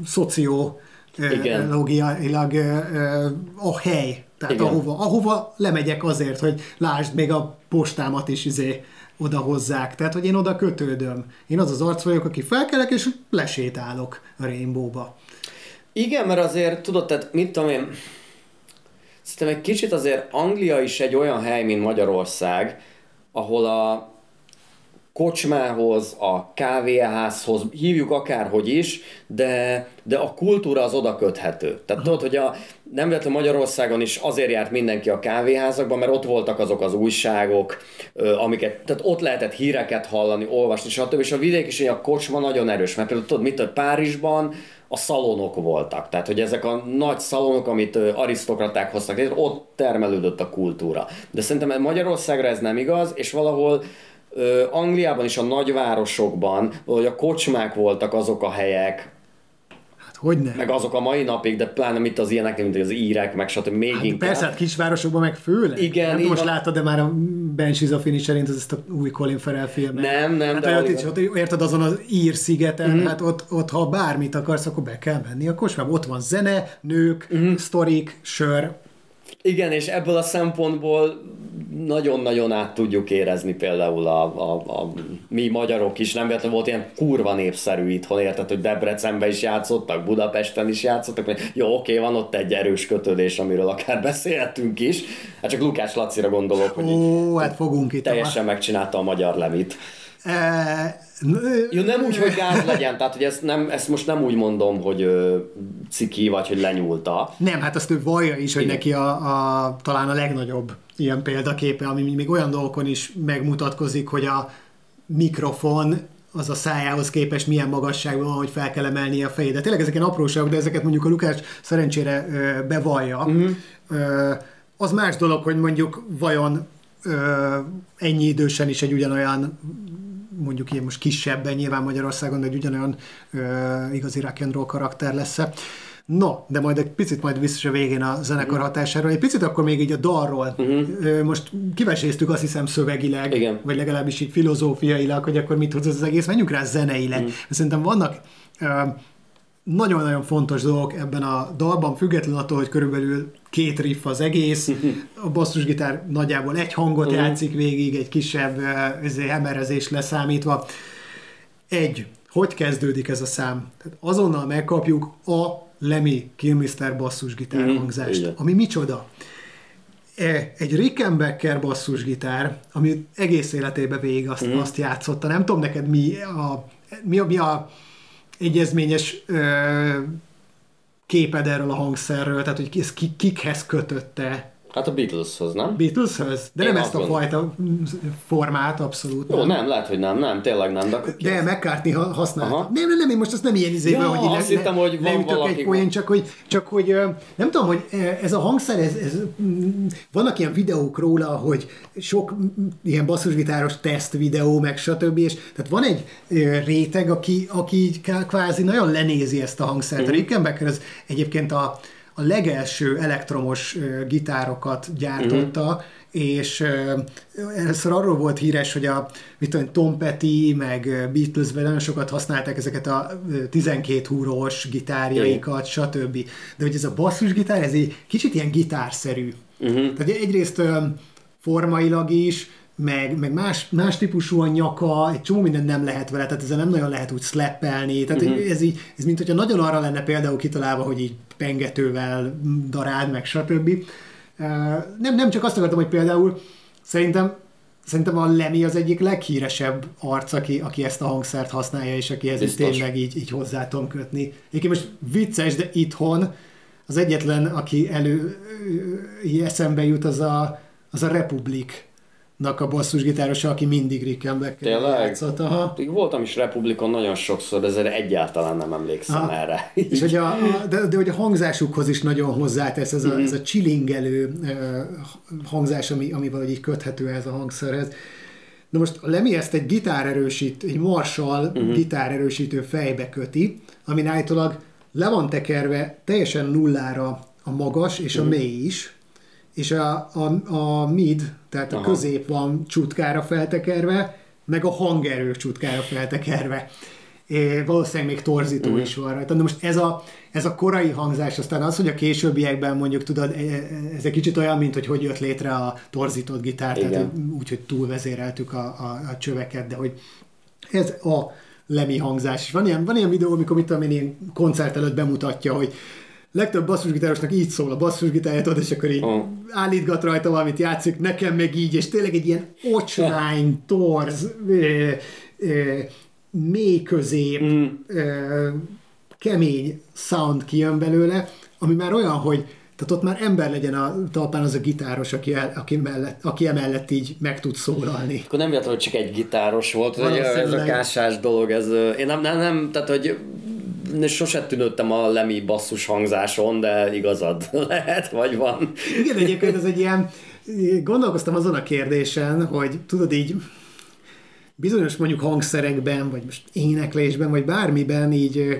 szociológiailag a hely. Tehát ahova lemegyek azért, hogy lásd, még a postámat is oda hozzák. Tehát, hogy én oda kötődöm. Én az arc vagyok, aki felkelek, és lesétálok a Rainbow-ba. Igen, mert azért, tudod, tehát mit tudom én, szerintem egy kicsit azért Anglia is egy olyan hely, mint Magyarország, ahol a kocsmához, a kávéházhoz, hívjuk akárhogy is, de a kultúra az oda köthető. Tehát tudod, hogy nem véletlenül Magyarországon is azért járt mindenki a kávéházakban, mert ott voltak azok az újságok, tehát ott lehetett híreket hallani, olvasni, stb. És a vidék is, a kocsma nagyon erős, mert például tudod, mit Párizsban a szalonok voltak. Tehát, hogy ezek a nagy szalonok, amit arisztokraták hoztak létre, ott termelődött a kultúra. De szerintem Magyarországra ez nem igaz, és valahol Angliában is a nagyvárosokban, hogy a kocsmák voltak azok a helyek, hogyne. Meg azok a mai napig, de pláne itt az ilyenek, mint az írek, meg stb. Még Hát inkább. persze, hát kisvárosokban meg főleg. Igen, nem most láttad, de már a Banshees of Inisherin, az ezt a új Colin Farrell filmet. Nem, hát de ott, érted, azon az ír szigeten, hát ott, ha bármit akarsz, akkor be kell menni a kocsmába. Ott van zene, nők, sztorik, sör. Igen, és ebből a szempontból nagyon-nagyon át tudjuk érezni például a mi magyarok is, nem véletlenül volt ilyen kurva népszerű itthon, érted, hogy Debrecenben is játszottak, Budapesten is játszottak, jó, oké, van ott egy erős kötődés, amiről akár beszélhetünk is, hát csak Lukács Lacira gondolok, hogy hát fogunk itt. teljesen megcsinálta a magyar lemit. Jó, nem úgy, hogy gáz legyen, tehát hogy ezt most nem úgy mondom, hogy ciki, vagy hogy lenyúlta. Nem, hát azt ő vallja is, hogy neki talán a legnagyobb ilyen példaképe, ami még olyan dolgokon is megmutatkozik, hogy a mikrofon az a szájához képest milyen magasságban van, hogy fel kell emelnie a fejét. De tényleg ezek ilyen apróságok, de ezeket mondjuk a Lukács szerencsére bevallja. Az más dolog, hogy mondjuk vajon ennyi idősen is egy ugyanolyan, mondjuk ilyen most kisebben nyilván Magyarországon, de egy ugyanolyan igazi rock and roll karakter lesz-e. No, de majd egy picit majd vissza a végén a zenekar hatásáról. Egy picit akkor még így a dalról. Most kiveséztük azt hiszem szövegileg, igen, vagy legalábbis így filozófiailag, hogy akkor mit hoz az egész. Menjünk rá zeneileg. Szerintem vannak nagyon-nagyon fontos dolgok ebben a dalban, függetlenül attól, hogy körülbelül 2 riff az egész. A basszusgitár nagyjából egy hangot játszik végig, egy kisebb hemerezés leszámítva. Hogy kezdődik ez a szám? Tehát azonnal megkapjuk a Lemmy Kilmister basszusgitár hangzást, ami micsoda? Egy Rickenbacker basszusgitár, ami egész életében végig azt játszotta. Nem tudom neked mi a egyezményes képed erről a hangszerről, tehát hogy ez kikhez kötötte? Hát a Beatleshoz, nem? Beatleshoz? De én nem ezt a fajta formát, abszolút nem. Jó, nem, lehet, hogy nem, tényleg nem. De McCartney használta. Nem, én most azt nem ilyen izében, hogy azt hittem, hogy van valaki. Egy poén, csak hogy nem tudom, hogy ez a hangszer, vannak ilyen videók róla, hogy sok ilyen basszusgitáros teszt videó, meg stb. És tehát van egy réteg, aki kvázi nagyon lenézi ezt a hangszert. A Rickenbacker az egyébként a legelső elektromos gitárokat gyártotta, és először arról volt híres, hogy Tom Petty, meg Beatlesben nagyon sokat használták ezeket a 12 húrós gitárjaikat, stb. De hogy ez a basszusgitár, ez egy kicsit ilyen gitárszerű. Tehát egyrészt formailag is, meg más típusú a nyaka, egy csomó minden nem lehet vele, tehát ezzel nem nagyon lehet úgy slappelni, tehát ez mint hogyha nagyon arra lenne például kitalálva, hogy így pengetővel daráld, meg stb. Nem csak azt akartam, hogy például szerintem a Lemmy az egyik leghíresebb arc, aki ezt a hangszert használja, és akihez így tényleg így hozzá tudom kötni. Egyébként most vicces, de itthon az egyetlen, aki eszembe jut, az a Republic a basszusgitárosa, aki mindig Rickenbacker játszott. Voltam is Republikon nagyon sokszor, de ezért egyáltalán nem emlékszem erre. És hogy de hogy a hangzásukhoz is nagyon hozzátesz ez a csilingelő hangzás, ami valahogy így köthető ez a hangszerhez. Na most a Lemmy ezt egy egy Marshall gitárerősítő fejbe köti, amin állítólag le van tekerve teljesen nullára a magas és a mély is, és a mid, tehát a közép van csutkára feltekerve, meg a hangerő csutkára feltekerve. Valószínűleg még torzító is van rajta. De most ez a korai hangzás, aztán az, hogy a későbbiekben mondjuk tudod, ez egy kicsit olyan, mint hogy jött létre a torzított gitár, tehát úgy, hogy túlvezéreltük a csöveket, de hogy ez a Lemmy hangzás. Van ilyen videó, amikor mit tudom én, ilyen koncert előtt bemutatja, hogy legtöbb basszusgitárosnak így szól a basszusgitárját, és akkor így állítgat rajta valamit, játszik, nekem meg így, és tényleg egy ilyen ocsmány, torz, mély közép, kemény sound kijön belőle, ami már olyan, hogy tehát ott már ember legyen a talpán az a gitáros, aki emellett így meg tud szólalni. Akkor nem véletlenül, hogy csak egy gitáros volt, ez a kásás dolog, én nem, tehát hogy sose tűnődtem a Lemmy basszus hangzáson, de igazad lehet, vagy van. Igen, egyébként ez egy ilyen, gondolkoztam azon a kérdésen, hogy tudod így bizonyos mondjuk hangszerekben, vagy most éneklésben, vagy bármiben így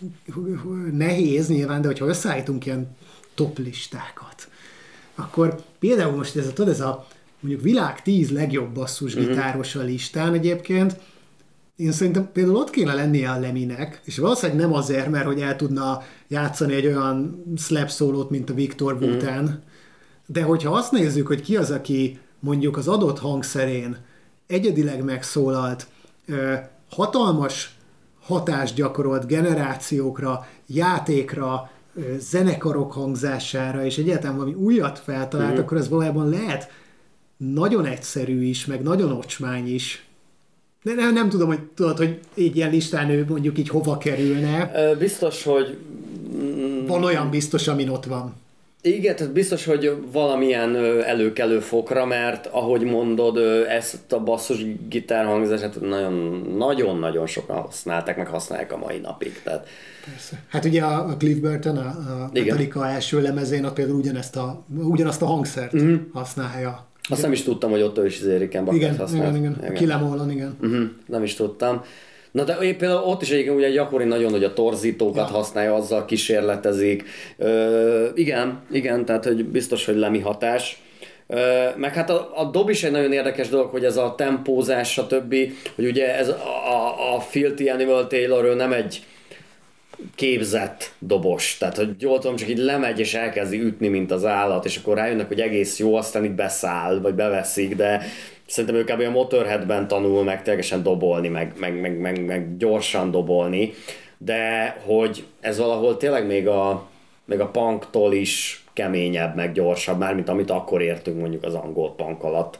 nehéz nyilván, de hogyha összeállítunk ilyen top listákat, akkor például most ez a mondjuk világ 10 legjobb basszusgitáros a listán egyébként, én szerintem például ott kéne lennie a Leminek, és valószínűleg nem azért, mert hogy el tudna játszani egy olyan slap szólót, mint a Victor Wooten, de hogyha azt nézzük, hogy ki az, aki mondjuk az adott hangszerén egyedileg megszólalt, hatalmas hatást gyakorolt generációkra, játékra, zenekarok hangzására, és egyáltalán valami újat feltalált, akkor ez valójában lehet nagyon egyszerű is, meg nagyon ocsmány is. De nem tudom, hogy tudod, hogy egy ilyen listán ő mondjuk így hova kerülne. Biztos, hogy... Van olyan biztos, amin ott van. Igen, tehát biztos, hogy valamilyen előkelő fokra, mert ahogy mondod, ezt a basszus gitárhangzását nagyon-nagyon sokan használták, meg használják a mai napig. Tehát... Persze. Hát ugye a Cliff Burton, a Metallica első lemezén például ugyanazt a hangszert használja. Azt nem is tudtam, hogy ott ő is Rickenbackert használt. Igen. A Killamolon, igen. Nem is tudtam. Na de például ott is egyébként ugye gyakori nagyon, hogy a torzítókat használja, azzal kísérletezik. Igen, tehát hogy biztos, hogy Lemmy hatás. Meg hát a dob is egy nagyon érdekes dolog, hogy ez a tempózás, stb., hogy ugye ez a Filthy Animal Taylor, ő nem egy képzett dobos, tehát hogy jól tudom, csak így lemegy és elkezdi ütni, mint az állat, és akkor rájönnek, hogy egész jó, aztán így beszáll, vagy beveszik, de szerintem ő kb. A Motorheadben tanul meg teljesen dobolni, meg gyorsan dobolni, de hogy ez valahol tényleg még a punktól is keményebb, meg gyorsabb, mármint amit akkor értünk mondjuk az angol punk alatt.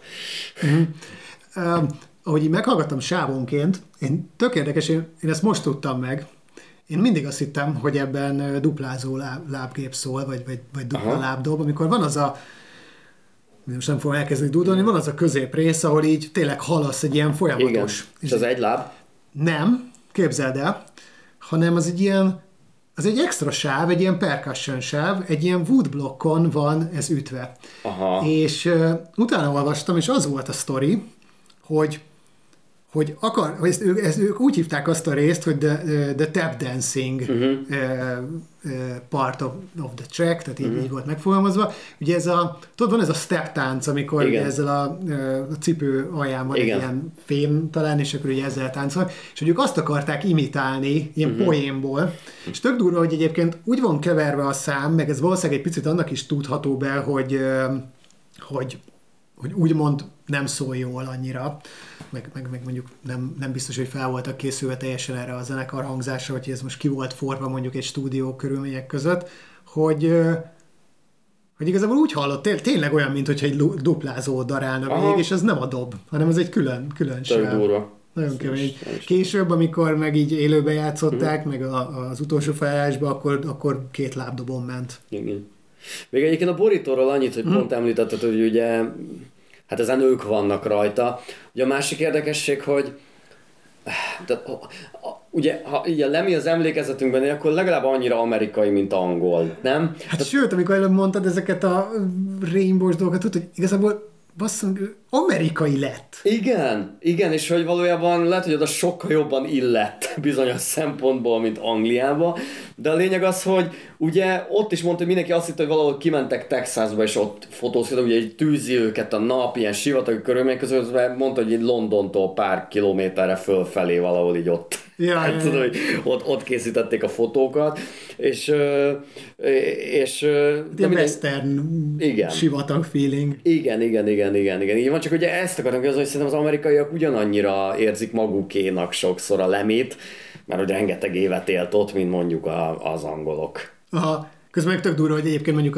Ahogy így meghallgattam sávonként, én tök érdekes, én ezt most tudtam meg. Én mindig azt hittem, hogy ebben duplázó lábgép szól, vagy dupla lábdob, amikor van az a, most nem fogom elkezdeni dúdolni, van az a középrész, ahol így tényleg hallasz egy ilyen folyamatos. Igen. És az egy láb? Nem, képzeld el, hanem az egy extra sáv, egy ilyen percussion sáv, egy ilyen woodblockon van ez ütve. Aha. És utána olvastam, és az volt a sztori, hogy ők úgy hívták azt a részt, hogy the tap dancing part of the track, tehát így volt megfogalmazva. Ugye tudod, van ez a step tánc, amikor ugye ezzel a cipő alján van egy ilyen fém talán, és akkor ugye ezzel táncolnak, és hogy ők azt akarták imitálni, ilyen poénból. És tök durva, hogy egyébként úgy van keverve a szám, meg ez valószínűleg egy picit annak is tudható be, hogy úgymond nem szól jól annyira, meg mondjuk nem biztos, hogy fel voltak készülve teljesen erre a zenekar hangzásra, hogy ez most ki volt forva mondjuk egy stúdió körülmények között, hogy igazából úgy hallott, tényleg olyan, mint hogyha egy duplázó darálna végig, és ez nem a dob, hanem ez egy külön sáv. Nagyon kemény. Később, amikor meg így élőbe játszották, meg az utolsó felállásban, akkor 2 lábdobon ment. Igen. Még egyébként a borítóról annyit, hogy pont említetted, hogy ugye hát ezen ők vannak rajta. Ugye a másik érdekesség, hogy ugye, ha így a Lemmy az emlékezetünkben él, akkor legalább annyira amerikai, mint angol, nem? Hát sőt, amikor előbb mondtad ezeket a rainbows dolgokat, tudod, hogy igazából basszunk, amerikai lett. Igen, és hogy valójában lehet, hogy oda sokkal jobban illett bizonyos szempontból, mint Angliába, de a lényeg az, hogy ugye ott is mondta, hogy mindenki azt hitt, hogy valahol kimentek Texasba, és ott fotózkodtak, ugye így tűzi őket a nap, ilyen sivatagi körülmények között, mondta, hogy így Londontól pár kilométerre fölfelé valahol így ott. Hát, tudom, hogy ott készítették a fotókat, és de western sivatag feeling. Igen. Így van, csak ugye ezt akartam kérdezni, hogy szerintem az amerikaiak ugyanannyira érzik magukénak sokszor a Lemmyt, mert hogy rengeteg évet élt ott, mint mondjuk az angolok. Aha. Közben meg tök durva, hogy egyébként mondjuk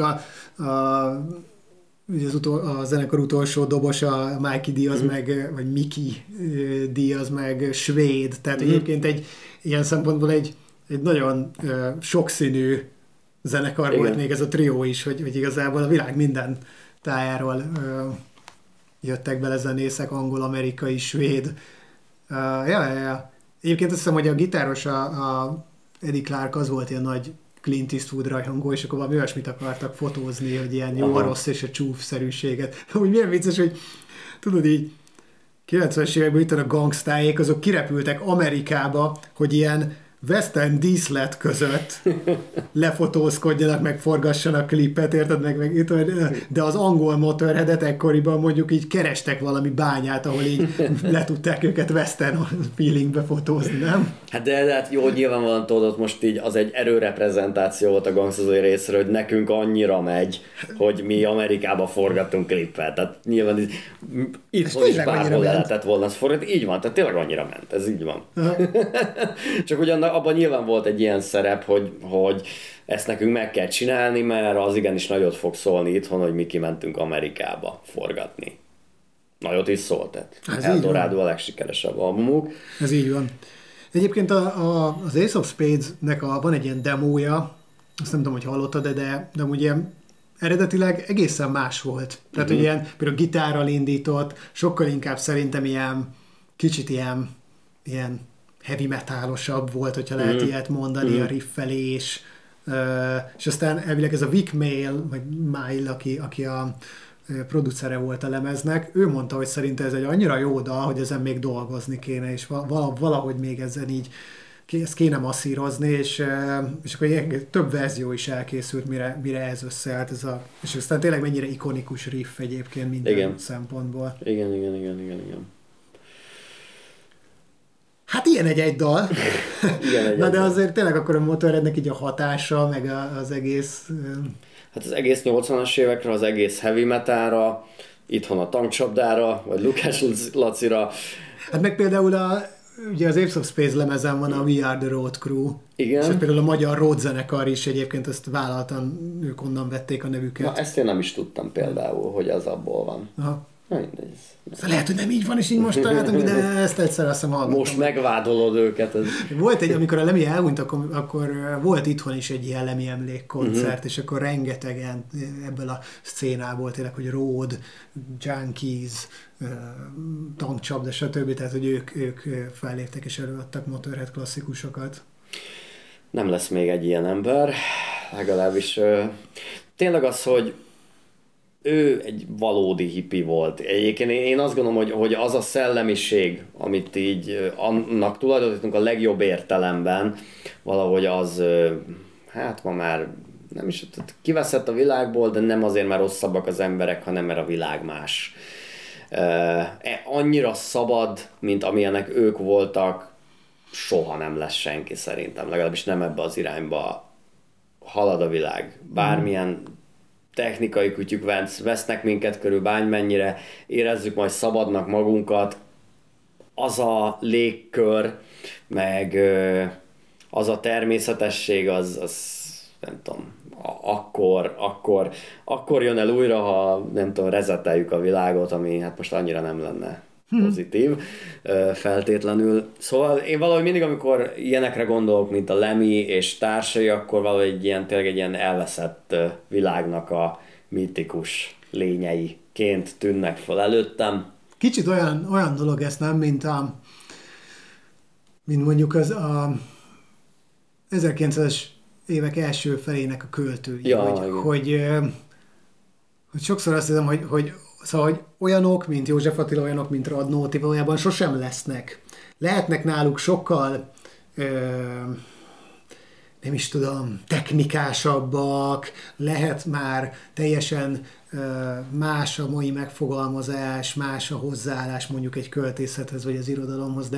ugye a zenekar utolsó dobos, a Mikey Diaz vagy Mickey Diaz meg svéd, tehát egyébként ilyen szempontból egy nagyon sokszínű zenekar volt még ez a trió is, hogy igazából a világ minden tájáról jöttek bele zenészek, angol, amerikai, svéd. Egyébként azt hiszem, hogy a gitáros, a Eddie Clark az volt ilyen nagy Clint Eastwood rajongó, és akkor valami olyasmit akartak fotózni, hogy ilyen jó, a rossz és a csúf-szerűséget. Úgy milyen vicces, hogy tudod így 90-es években itt a gangstáék, azok kirepültek Amerikába, hogy ilyen western díszlet között lefotózkodjanak, meg forgassanak klipet, érted meg, de az angol Motorheadet ekkoriban mondjuk így kerestek valami bányát, ahol így le tudták őket western feelingbe fotózni, nem? Hát de hát jó, nyilvánvalóan tudod, most így az egy erőreprezentáció volt a Guns N' Roses részről, hogy nekünk annyira megy, hogy mi Amerikába forgattunk klipet. Tehát nyilván itthon is bárhol lehetett volna ezt forgatni. Így van, tehát tényleg annyira ment, ez így van. Csak hogy abban nyilván volt egy ilyen szerep, hogy ezt nekünk meg kell csinálni, mert az igenis nagyot fog szólni itthon, hogy mi kimentünk Amerikába forgatni. Nagyot is szólt, tehát Eldorado a legsikeresebb albumuk. Ez így van. Egyébként az Ace of Spades-nek van egy ilyen demója, azt nem tudom, hogy hallottad, de úgy ilyen eredetileg egészen más volt. Tehát, hogy ilyen például gitárral indított, sokkal inkább szerintem kicsit ilyen heavy metalosabb volt, hogyha lehet ilyet mondani, a riffelés, és aztán elvileg ez a Vic Mail, vagy Mail, aki a producere volt a lemeznek, ő mondta, hogy szerinte ez egy annyira jó dal, hogy ezen még dolgozni kéne, és valahogy még ezen így ezt kéne masszírozni, és akkor több verzió is elkészült, mire ez összeállt, és aztán tényleg mennyire ikonikus riff egyébként minden szempontból. Igen. Hát ilyen egy dal. Na de azért tényleg akkor a Motorheadnek így a hatása, meg az egész... Hát az egész 80-as évekre, az egész heavy metalra, itthon a tankcsapdára, vagy Lukács Lacira. Hát meg például ugye az Ace of Space lemezen van a We Are The Road Crew. Igen. És például a magyar Road zenekar is egyébként ezt vállaltan, ők onnan vették a nevüket. Na ezt én nem is tudtam például, hogy az abból van. Aha. Na mindegy. Szóval lehet, hogy nem így van, és így most találtam, de ezt egyszer azt hiszem hallottam. Most megvádolod őket. Volt amikor a Lemmy elhunyt, akkor volt itthon is egy ilyen Lemmy emlékkoncert, és akkor rengetegen ebből a szcénából tényleg, hogy Road, Junkies, tankcsapda, stb. Tehát, hogy ők felléptek és előadtak Motorhead klasszikusokat. Nem lesz még egy ilyen ember, legalábbis tényleg az, hogy ő egy valódi hippi volt. Egyébként én azt gondolom, hogy az a szellemiség, amit így annak tulajdonítunk a legjobb értelemben, valahogy az, hát ma már nem is kiveszett a világból, de nem azért, mert rosszabbak az emberek, hanem mert a világ más. Annyira szabad, mint amilyenek ők voltak, soha nem lesz senki szerintem, legalábbis nem ebbe az irányba halad a világ. Bármilyen technikai kütyük vesznek minket körül, bármennyire érezzük majd szabadnak magunkat, az a légkör, meg az a természetesség, az nem tudom, akkor jön el újra, ha nem tudom, rezeteljük a világot, ami hát most annyira nem lenne pozitív feltétlenül. Szóval én valahogy mindig, amikor ilyenekre gondolok, mint a Lemmy és társai, akkor valahogy tényleg egy ilyen elveszett világnak a mitikus lényeiként tűnnek fel előttem. Kicsit olyan dolog ez, nem, mint mondjuk a 1900-es évek első felének a költői, hogy sokszor azt hiszem, hogy olyanok, mint József Attila, olyanok, mint Radnóti, valójában sosem lesznek. Lehetnek náluk sokkal nem is tudom, technikásabbak, lehet már teljesen más a mai megfogalmazás, más a hozzáállás mondjuk egy költészethez, vagy az irodalomhoz,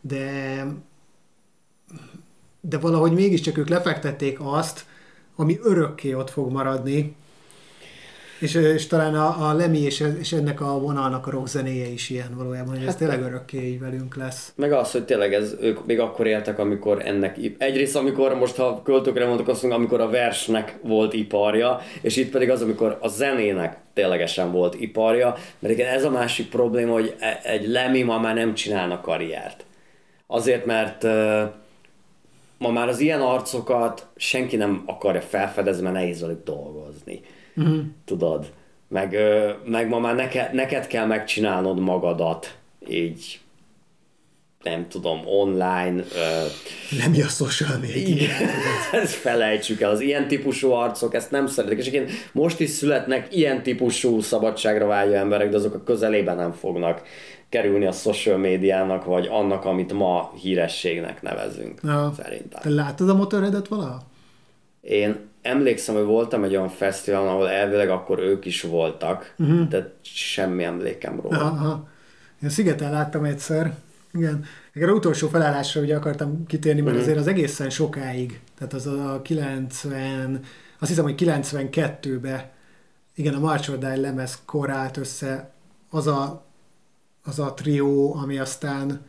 de valahogy mégiscsak ők lefektették azt, ami örökké ott fog maradni, és talán a Lemmy és ennek a vonalnak a rockzenéje is ilyen valójában, hogy ez tényleg örökké így velünk lesz. Meg az, hogy tényleg ők még akkor éltek, amikor egyrészt amikor most ha költőkre mondok azt mondom, amikor a versnek volt iparja, és itt pedig az, amikor a zenének ténylegesen volt iparja, mert igen, ez a másik probléma, hogy egy Lemmy ma már nem csinálna karriert. Azért, mert ma már az ilyen arcokat senki nem akarja felfedezni, mert nehéz velük dolgozni. Tudod? Meg ma már neked kell megcsinálnod magadat így, nem tudom, online. Nem a social media. Ezt felejtsük el. Az ilyen típusú arcok ezt nem szeretik. És igen, most is születnek ilyen típusú szabadságra vágyó emberek, de azok a közelében nem fognak kerülni a social médiának, vagy annak, amit ma hírességnek nevezünk, szerintem. Te láttad a Motorheadet valaha? Én emlékszem, hogy voltam egy olyan fesztiválon, ahol elvileg akkor ők is voltak, de semmi emlékem róla. Aha. Én Szigeten láttam egyszer. Igen. Az utolsó felállásra ugye akartam kitérni, mert azért az egészen sokáig, tehát az a 90, azt hiszem, hogy 92-ben, igen, a March or Die lemezkor állt össze az a trió, ami aztán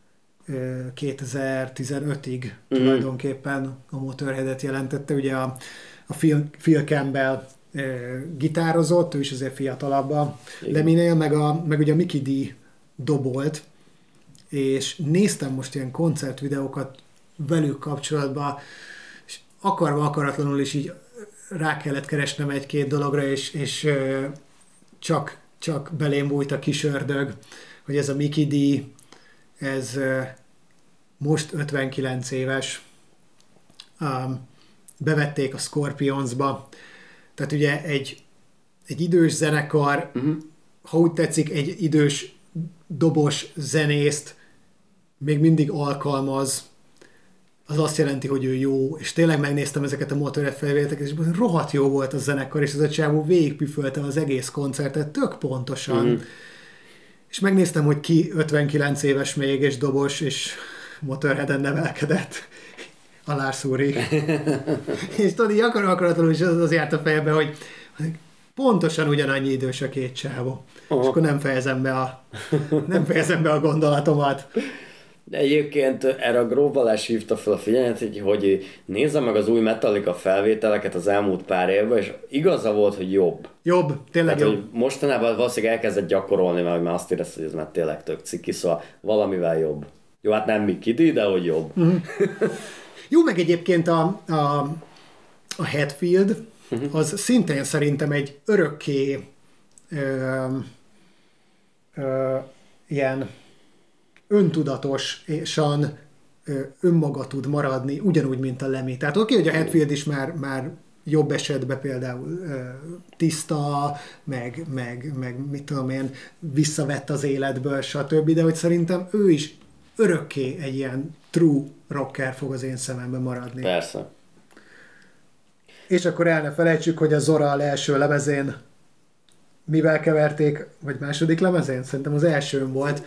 2015-ig tulajdonképpen a Motorheadet jelentette. Ugye a Phil Campbell gitározott, ő is azért fiatalabb a Leminél, meg ugye a Mikkey D dobolt, és néztem most ilyen koncertvideókat velük kapcsolatban, és akarva akaratlanul is így rá kellett keresnem egy-két dologra, és csak belém bújt a kis ördög, hogy ez a Mikkey D, ez most 59 éves, bevették a Scorpionsba, tehát ugye egy idős zenekar, ha úgy tetszik, egy idős dobos zenészt még mindig alkalmaz, az azt jelenti, hogy ő jó, és tényleg megnéztem ezeket a Motorhead felvételeket, és rohadt jó volt a zenekar, és ez a csávó végigpüfölte az egész koncertet, tök pontosan. És megnéztem, hogy ki 59 éves még, és dobos, és Motorheaden nevelkedett. A Lars Ulrich. És tudod, így akaratlanul is az járt a fejembe, hogy pontosan ugyanannyi idős a két csávó. És akkor nem fejezem be a gondolatomat. De egyébként erre a Gróf Balázs hívta fel a figyelmet, hogy nézze meg az új Metallica felvételeket az elmúlt pár évben, és igaza volt, hogy jobb. Jobb, tényleg tehát, jobb. Hogy mostanában valószínűleg elkezdett gyakorolni, mert már azt érezte, hogy ez már tényleg tök ciki, szóval valamivel jobb. Jó, hát nem Mikkey D, de hogy jobb. Jó, meg egyébként a Hetfield, az szintén szerintem egy örökké ilyen öntudatosan önmaga tud maradni, ugyanúgy, mint a Lemmy. Tehát oké, hogy a Hetfield is már jobb esetben például tiszta, meg mit tudom én, visszavett az életből, stb., de hogy szerintem ő is örökké egy ilyen true rocker fog az én szememben maradni. Persze. És akkor el ne felejtsük, hogy a Zora első lemezén mivel keverték, vagy második lemezén? Szerintem az elsőn volt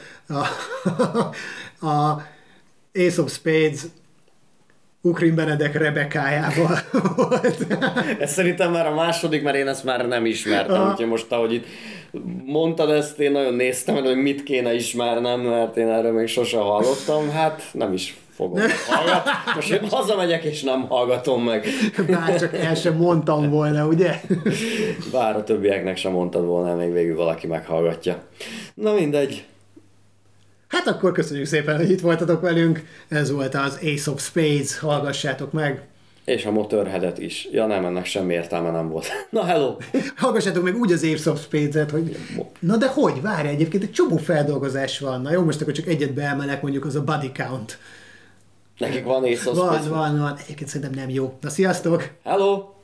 a Ace of Spades Ukrin Benedek Rebekájával volt. Ez szerintem már a második, mert én ezt már nem ismertem, úgyhogy most ahogy itt mondtad ezt, én nagyon néztem, hogy mit kéne ismernem, mert én erről még sosem hallottam, hát nem is fogom hallgatni. Most én hazamegyek és nem hallgatom meg. Bár csak el sem mondtam volna, ugye? Bár a többieknek sem mondtad volna, még végül valaki meghallgatja. Na mindegy. Hát akkor köszönjük szépen, hogy itt voltatok velünk. Ez volt az Ace of Spades, hallgassátok meg. És a Motorheadet is. Ja nem, ennek semmi értelme nem volt. Na hello! Hallgassátok meg úgy az Ace of Spades-et, hogy... Na de hogy? Várj, egyébként egy csomó feldolgozás van. Na jó, most akkor csak egyet beemelek, mondjuk az a Body Count. Nekik van Ace of Spades? Van. Egyébként szerintem nem jó. Na sziasztok! Hello!